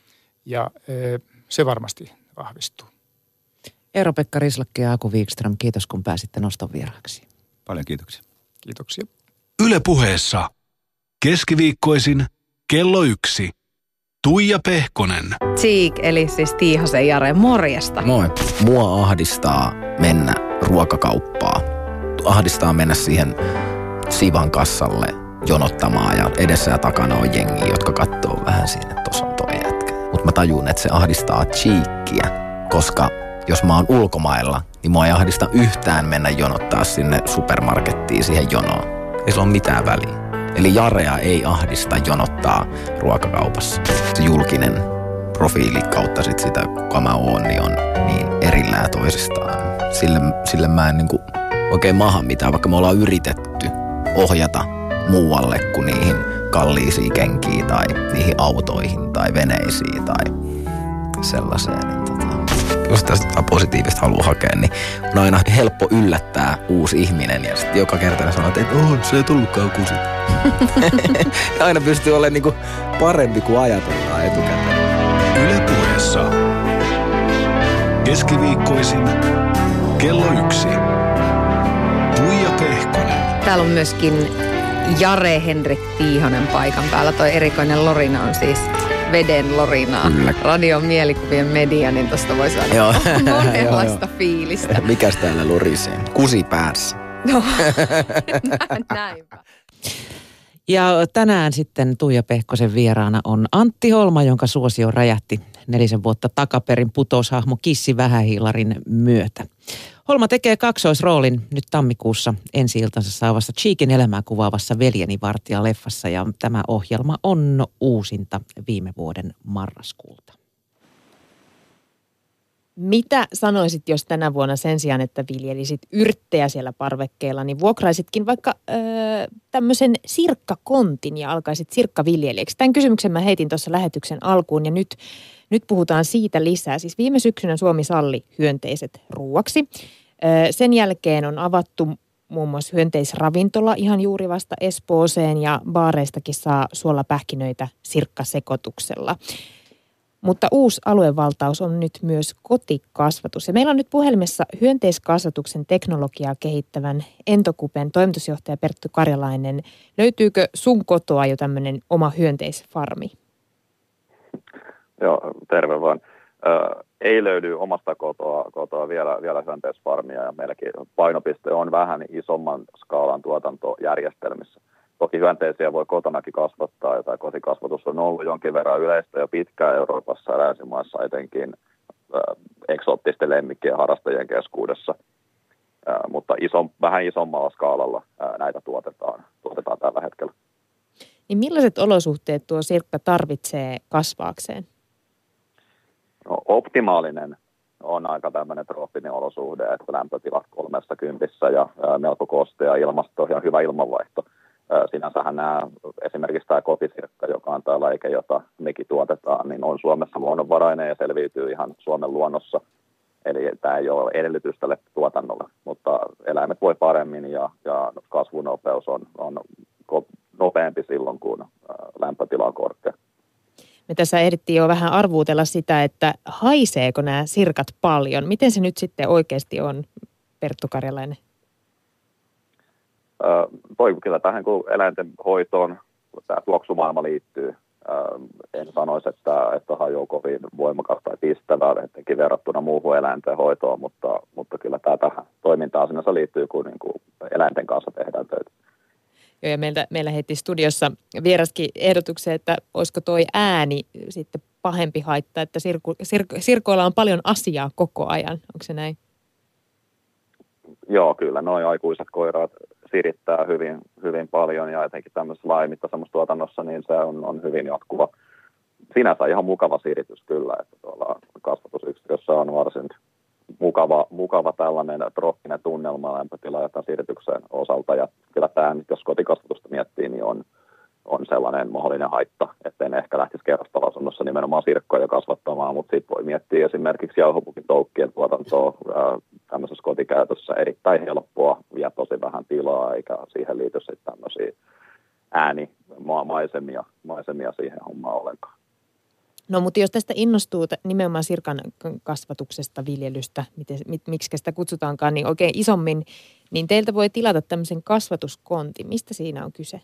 Ja eh, se varmasti vahvistuu. Eero-Pekka Rislakki ja Aku Wikström, kiitos kun pääsitte Noston vieraaksi. Paljon kiitoksia. Kiitoksia. Yle Puheessa keskiviikkoisin kello yksi. Tuija Pehkonen. Cheek, eli siis Tiihasen Jare, morjesta. Moi. Mua ahdistaa mennä ruokakauppaa. Ahdistaa mennä siihen Sivan kassalle jonottamaan ja edessä ja takana on jengi, jotka katsoo vähän siinä, että tossa on toi jätkä. Mutta mä tajun, että se ahdistaa Cheekiä, koska jos mä oon ulkomailla, niin mua ei ahdista yhtään mennä jonottaa sinne supermarkettiin siihen jonoon. Ei sillä ole mitään väliä. Eli Jarea ei ahdista jonottaa ruokakaupassa. Se julkinen profiili kautta sit sitä, kuka mä oon, niin on niin erillään toisistaan. Sille, sille mä en niinku oikein maha mitään, vaikka me ollaan yritetty ohjata muualle kuin niihin kalliisiin kenkiin tai niihin autoihin tai veneisiin tai sellaiseen. Niin tota, jos tästä positiivista haluaa hakea, niin on aina helppo yllättää uusi ihminen ja sitten joka kerta sanoo, että oh, se ei tullutkaan kusi. Aina pystyy olemaan niinku parempi kuin ajatellaan etukäteen. Yle Puheessa keskiviikkoisin kello yksi. Tuija Pehkonen. Täällä on myöskin Jare Henrik Tiihonen paikan päällä. Toi erikoinen lorina on siis veden lorinaa. Kyllä. Radion mielikuvien media, niin tosta voi saada monenlaista fiilistä. Mikäs täällä lorisee? Kusi päässä. No, näinpä. Ja tänään sitten Tuija Pehkosen vieraana on Antti Holma, jonka suosio räjähti nelisen vuotta takaperin putoushahmo Kissi Vähähiilarin myötä. Holma tekee kaksoisroolin nyt tammikuussa ensi-iltansa saavassa Cheekin elämää kuvaavassa Veljeni Vartija-leffassa ja tämä ohjelma on uusinta viime vuoden marraskuulta. Mitä sanoisit, jos tänä vuonna sen sijaan, että viljelisit yrttejä siellä parvekkeella, niin vuokraisitkin vaikka öö, tämmöisen sirkkakontin ja alkaisit sirkkaviljelijäksi? Tämän kysymyksen mä heitin tuossa lähetyksen alkuun ja nyt, nyt puhutaan siitä lisää. Siis viime syksynä Suomi salli hyönteiset ruuaksi. Öö, sen jälkeen on avattu muun muassa hyönteisravintola ihan juuri vasta Espooseen ja baareistakin saa suolapähkinöitä sirkkasekoituksella. Mutta uusi aluevaltaus on nyt myös kotikasvatus. Ja meillä on nyt puhelimessa hyönteiskasvatuksen teknologiaa kehittävän Entokupen toimitusjohtaja Perttu Karjalainen. Löytyykö sun kotoa jo tämmöinen oma hyönteisfarmi? Joo, terve vaan. Ö, ei löydy omasta kotoa, kotoa vielä, vielä hyönteisfarmia ja meilläkin painopiste on vähän isomman skaalan tuotantojärjestelmissä. Toki hyönteisiä voi kotonakin kasvattaa, tai kotikasvatus on ollut jonkin verran yleistä jo pitkään Euroopassa ja länsimaissa etenkin äh, eksoottisten lemmikkien harrastajien keskuudessa. Äh, mutta iso, vähän isommalla skaalalla äh, näitä tuotetaan, tuotetaan tällä hetkellä. Niin millaiset olosuhteet tuo sirkka tarvitsee kasvaakseen? No, optimaalinen on aika tämmöinen trooppinen olosuhde, että lämpötilat kolmessa kympissä ja äh, melko kostea ilmasto ja hyvä ilmanvaihto. Sinänsähän nämä, esimerkiksi tämä kotisirkka, joka on tämä laike, jota mekin tuotetaan, niin on Suomessa luonnonvarainen ja selviytyy ihan Suomen luonnossa. Eli tämä ei ole edellytys tälle tuotannolle, mutta eläimet voi paremmin ja, ja kasvunopeus on, on nopeampi silloin, kun lämpötila on korkea. Me tässä ehdittiin jo vähän arvuutella sitä, että haiseeko nämä sirkat paljon. Miten se nyt sitten oikeasti on, Perttu Karjalainen? Toi kyllä tähän, kun eläinten hoitoon tämä tuoksumaailma liittyy En sanoisi, että, että haju kovin voimakas tai pistävä, etenkin verrattuna muuhun eläinten hoitoon, mutta, mutta kyllä tämä tähän toimintaan sinänsä liittyy, kun niin kuin eläinten kanssa tehdään töitä. Joo, ja meiltä, meillä heitti studiossa vieraskin ehdotuksen, että olisiko toi ääni sitten pahempi haitta, että sirku, sir, sirkoilla on paljon asiaa koko ajan. Onko se näin? Joo, kyllä. Nuo aikuiset koirat sirittää hyvin, hyvin paljon ja etenkin tämmöisessä laajamittaisessa tuotannossa, niin se on, on hyvin jatkuva. Sinänsä ihan mukava siritys kyllä, että tuolla kasvatusyksikössä on varsin mukava, mukava tällainen trooppinen tunnelma lämpötila ja tämän sirityksen osalta. Ja kyllä tämä, jos kotikasvatusta miettii, niin on, on sellainen mahdollinen haitta, että en ehkä lähtisi kerrostaloasunnossa nimenomaan sirkkoja kasvattamaan, mutta sitten voi miettiä esimerkiksi jauhopukin toukkien tuotantoa ää, tämmöisessä kotikäytössä erittäin helppoa, vie tosi vähän tilaa, eikä siihen liity sitten tämmöisiä äänimaisemia maisemia siihen hommaan ollenkaan. No mutta jos tästä innostuu nimenomaan sirkan kasvatuksesta, viljelystä, miten, mit, miksi sitä kutsutaankaan, niin oikein isommin, niin teiltä voi tilata tämmöisen kasvatuskontin. Mistä siinä on kyse?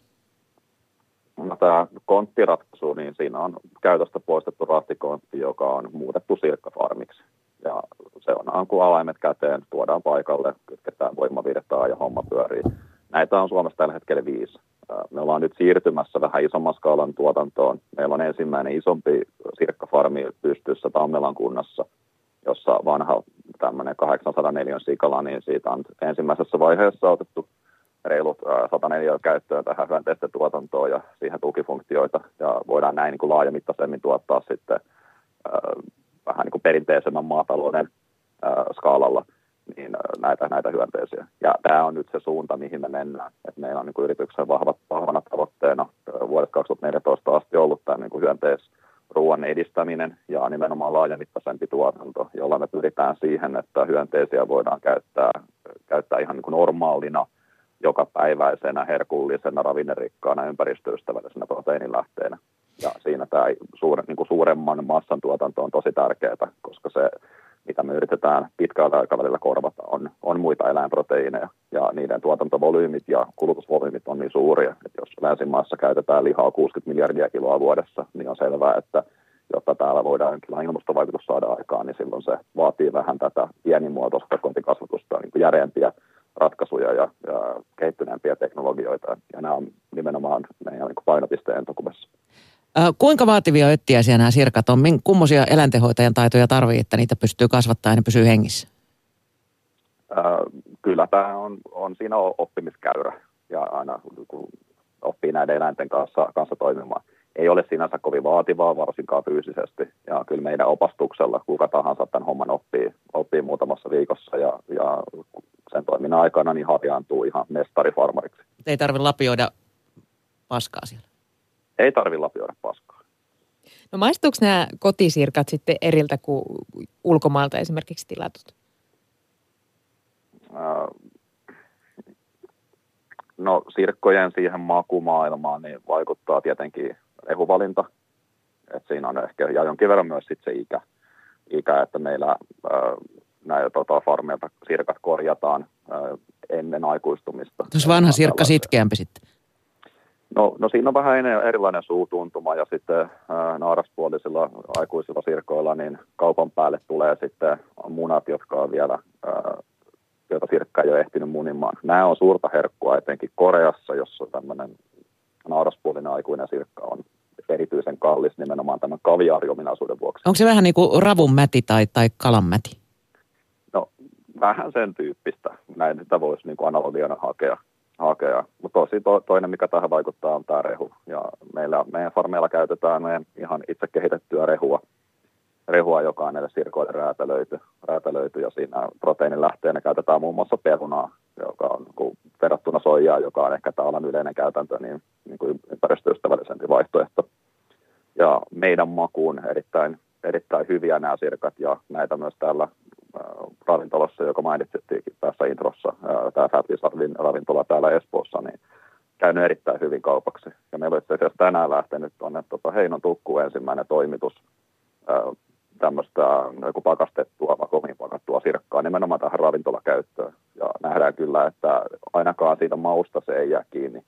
No, tämä konttiratkaisu, niin siinä on käytöstä poistettu rahtikontti, joka on muutettu sirkkafarmiksi. Ja se on kun alaimet käteen, tuodaan paikalle, kytketään voimavirtaa ja homma pyörii. Näitä on Suomessa tällä hetkellä viisi. Me ollaan nyt siirtymässä vähän isomman skaalan tuotantoon. Meillä on ensimmäinen isompi sirkkafarmi pystyssä Tammelan kunnassa, jossa vanha tämmöinen kahdeksansataaneljä sikala, niin siitä on ensimmäisessä vaiheessa otettu reilut sata neljä käyttöön tähän hyönteisten tuotantoon ja siihen tukifunktioita. Ja voidaan näin niin kuin laajamittaisemmin tuottaa sitten äh, vähän niin kuin perinteisemmän maatalouden äh, skaalalla niin näitä, näitä hyönteisiä. Ja tämä on nyt se suunta, mihin me mennään. Et meillä on niin kuin yrityksen vahvat, vahvana tavoitteena vuodesta kaksituhattaneljätoista asti ollut tämä niin kuin hyönteisruuan edistäminen ja nimenomaan laajamittaisempi tuotanto, jolla me pyritään siihen, että hyönteisiä voidaan käyttää, käyttää ihan niin kuin normaalina, jokapäiväisenä, herkullisena, ravinnerikkaana, ympäristöystävällisenä proteiinilähteenä. Ja siinä tämä suure, niin kuin suuremman massan tuotanto on tosi tärkeää, koska se, mitä me yritetään pitkällä aikavälillä korvata, on, on muita eläinproteiineja. Ja niiden tuotantovolyymit ja kulutusvolyymit on niin suuria, että jos länsimaassa käytetään lihaa kuusikymmentä miljardia kiloa vuodessa, niin on selvää, että jotta täällä voidaan jonkinlainen ilmastovaikutus saada aikaan, niin silloin se vaatii vähän tätä pienimuotoista kontikasvatusta, niin kuin järeempiä ratkaisuja ja, ja kehittyneempiä teknologioita. Ja nämä on nimenomaan meidän niin painopisteen tokubessa. Kuinka vaativia öttiäisiä nämä sirkat on? Kummoisia eläintenhoitajan taitoja tarvitsee, että niitä pystyy kasvattaa ja ne pysyy hengissä? Äh, kyllä tämä on, on siinä oppimiskäyrä ja aina kun oppii näiden eläinten kanssa, kanssa toimimaan. Ei ole sinänsä kovin vaativaa, varsinkaan fyysisesti. Ja kyllä meidän opastuksella kuka tahansa tämän homman oppii, oppii muutamassa viikossa ja, ja sen toiminnan aikana niin harjaantuu ihan mestarifarmariksi. Ei tarvitse lapioida paskaa siellä? Ei tarvitse lapioida paskaa. No maistuuko nämä kotisirkat sitten eriltä kuin ulkomailta esimerkiksi tilatut? No sirkkojen siihen makumaailmaan niin vaikuttaa tietenkin rehuvalinta. Et siinä on ehkä ja jonkin verran myös sit se ikä, ikä että meillä ää, näitä tota, farmeilta sirkat korjataan ää, ennen aikuistumista. Jos vanha sirkka sitkeämpi sitten? No, no siinä on vähän erilainen suutuntuma ja sitten ää, naaraspuolisilla aikuisilla sirkoilla niin kaupan päälle tulee sitten munat, jotka on vielä, ää, joita sirkka ei ole ehtinyt munimaan. Nämä on suurta herkkua etenkin Koreassa, jossa tämmöinen naaraspuolinen aikuinen sirkka on erityisen kallis nimenomaan tämän kaviaariominaisuuden vuoksi. Onko se vähän niin kuin ravunmäti tai, tai kalanmäti? No vähän sen tyyppistä. Näin sitä voisi niin kuin analogiana hakea. hakea. Mutta tosi to, toinen, mikä tähän vaikuttaa, on tämä rehu. Ja meillä, meidän farmeilla käytetään meidän ihan itse kehitettyä rehua, rehua joka on näille sirkoille räätälöity, räätälöity. Ja siinä proteiinilähteenä käytetään muun muassa perunaa, joka on niin verrattuna soijaa, joka on ehkä tämä alan yleinen käytäntö, niin, niin kuin ympäristöystävällisempi vaihtoehto. Ja meidän makuun erittäin, erittäin hyviä nämä sirkat ja näitä myös täällä äh, ravintolassa, joka mainitsittiinkin tässä introssa, äh, tämä Fatlisarvin ravintola täällä Espoossa, niin käynyt erittäin hyvin kaupaksi. Ja meillä on itse asiassa tänään lähtenyt tuonne tota, Heinon tukkuun ensimmäinen toimitus äh, tämmöistä joku pakastettua, vakuumiin pakattua sirkkaa nimenomaan tähän ravintolakäyttöön. Ja nähdään kyllä, että ainakaan siitä mausta se ei jää kiinni,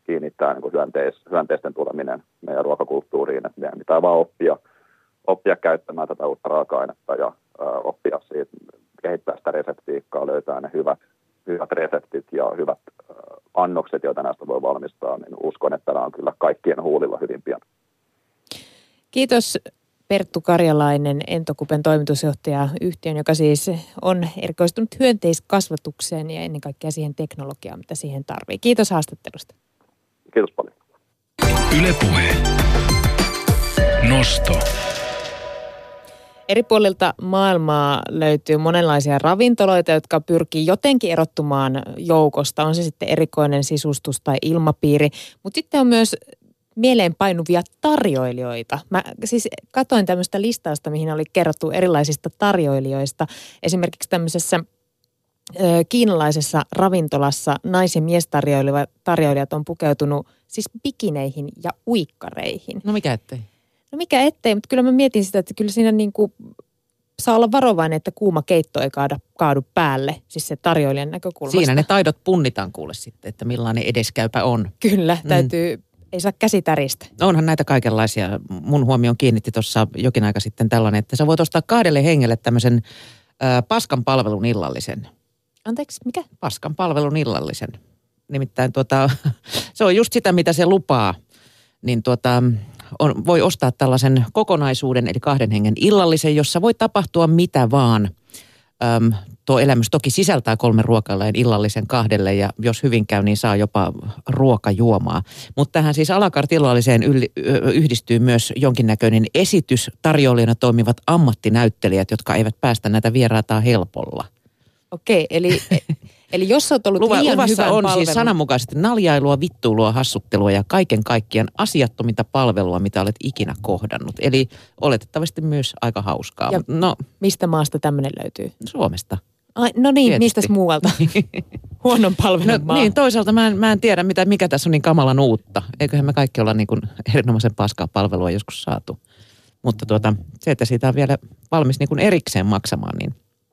kiinnittää niin kuin hyönteis, hyönteisten tuleminen meidän ruokakulttuuriin, että meidän pitää vaan oppia, oppia käyttämään tätä uutta raaka-ainetta ja ää, oppia siitä, kehittää sitä reseptiikkaa, löytää ne hyvät, hyvät reseptit ja hyvät ää, annokset, joita näistä voi valmistaa, niin uskon, että nämä on kyllä kaikkien huulilla hyvin pian. Kiitos Perttu Karjalainen, Entokupen toimitusjohtaja, yhtiön, joka siis on erikoistunut hyönteiskasvatukseen ja ennen kaikkea siihen teknologiaan, mitä siihen tarvii. Kiitos haastattelusta. Kiitos paljon. Yle Puhe. Nosto. Eri puolilta maailmaa löytyy monenlaisia ravintoloita, jotka pyrkii jotenkin erottumaan joukosta. On se sitten erikoinen sisustus tai ilmapiiri, mutta sitten on myös mieleenpainuvia tarjoilijoita. Mä siis katsoin tämmöistä listausta, mihin oli kerrottu erilaisista tarjoilijoista. Esimerkiksi tämmöisessä ö, kiinalaisessa ravintolassa nais- ja miestarjoilijat on pukeutunut siis bikineihin ja uikkareihin. No mikä ettei? No mikä ettei, mutta kyllä mä mietin sitä, että kyllä siinä niin kuin saa olla varovainen, että kuuma keitto ei kaada, kaadu päälle, siis se tarjoilijan näkökulmasta. Siinä ne taidot punnitaan kuule sitten, että millainen edeskäypä on. Kyllä, täytyy, mm. ei saa käsi täristä. Onhan näitä kaikenlaisia. Mun huomioon kiinnitti tuossa jokin aika sitten tällainen, että sä voit ostaa kahdelle hengelle tämmöisen äh, paskan palvelun illallisen. Anteeksi, mikä? Paskan palvelun illallisen. Nimittäin tuota, se on just sitä, mitä se lupaa. Niin tuota, on, voi ostaa tällaisen kokonaisuuden, eli kahden hengen illallisen, jossa voi tapahtua mitä vaan. Öm, tuo elämys toki sisältää kolme ruokailleen illallisen kahdelle, ja jos hyvin käy, niin saa jopa ruokajuomaa. Mutta tähän siis à la carte illalliseen yhdistyy myös jonkinnäköinen esitys. Tarjoilijana toimivat ammattinäyttelijät, jotka eivät päästä näitä vieraataan helpolla. Okei, eli... Eli jos olet ollut Luva, liian luvassa hyvän on palvelun... siis sananmukaisesti naljailua, vittuilua, hassuttelua ja kaiken kaikkiaan asiattominta palvelua, mitä olet ikinä kohdannut. Eli oletettavasti myös aika hauskaa. Ja no, mistä maasta tämmöinen löytyy? Suomesta. Ai, no niin, Tietysti. mistäs muualta? Huonon palvelun No, maa. niin, toisaalta mä en, mä en tiedä, mitä, mikä tässä on niin kamalan uutta. Eiköhän me kaikki olla niin kuin erinomaisen paskaa palvelua joskus saatu. Mutta tuota, se, että siitä on vielä valmis niin kuin erikseen maksamaan, niin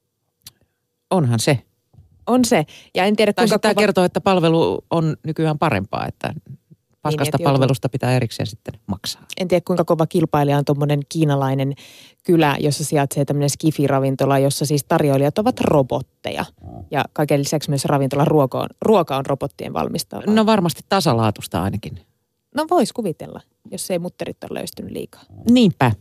onhan se. On se. Ja en tiedä, Tai kuinka tämä kova... kertoo, että palvelu on nykyään parempaa, että paskasta niin, palvelusta pitää erikseen sitten maksaa. En tiedä, kuinka kova kilpailija on tuommoinen kiinalainen kylä, jossa sijaitsee tämmöinen skifi-ravintola, jossa siis tarjoilijat ovat robotteja. Ja kaiken lisäksi myös ravintolan ruoka on, ruoka on robottien valmistavaa. No varmasti tasalaatusta ainakin. No vois kuvitella, jos ei mutterit ole löystynyt liikaa. Niinpä.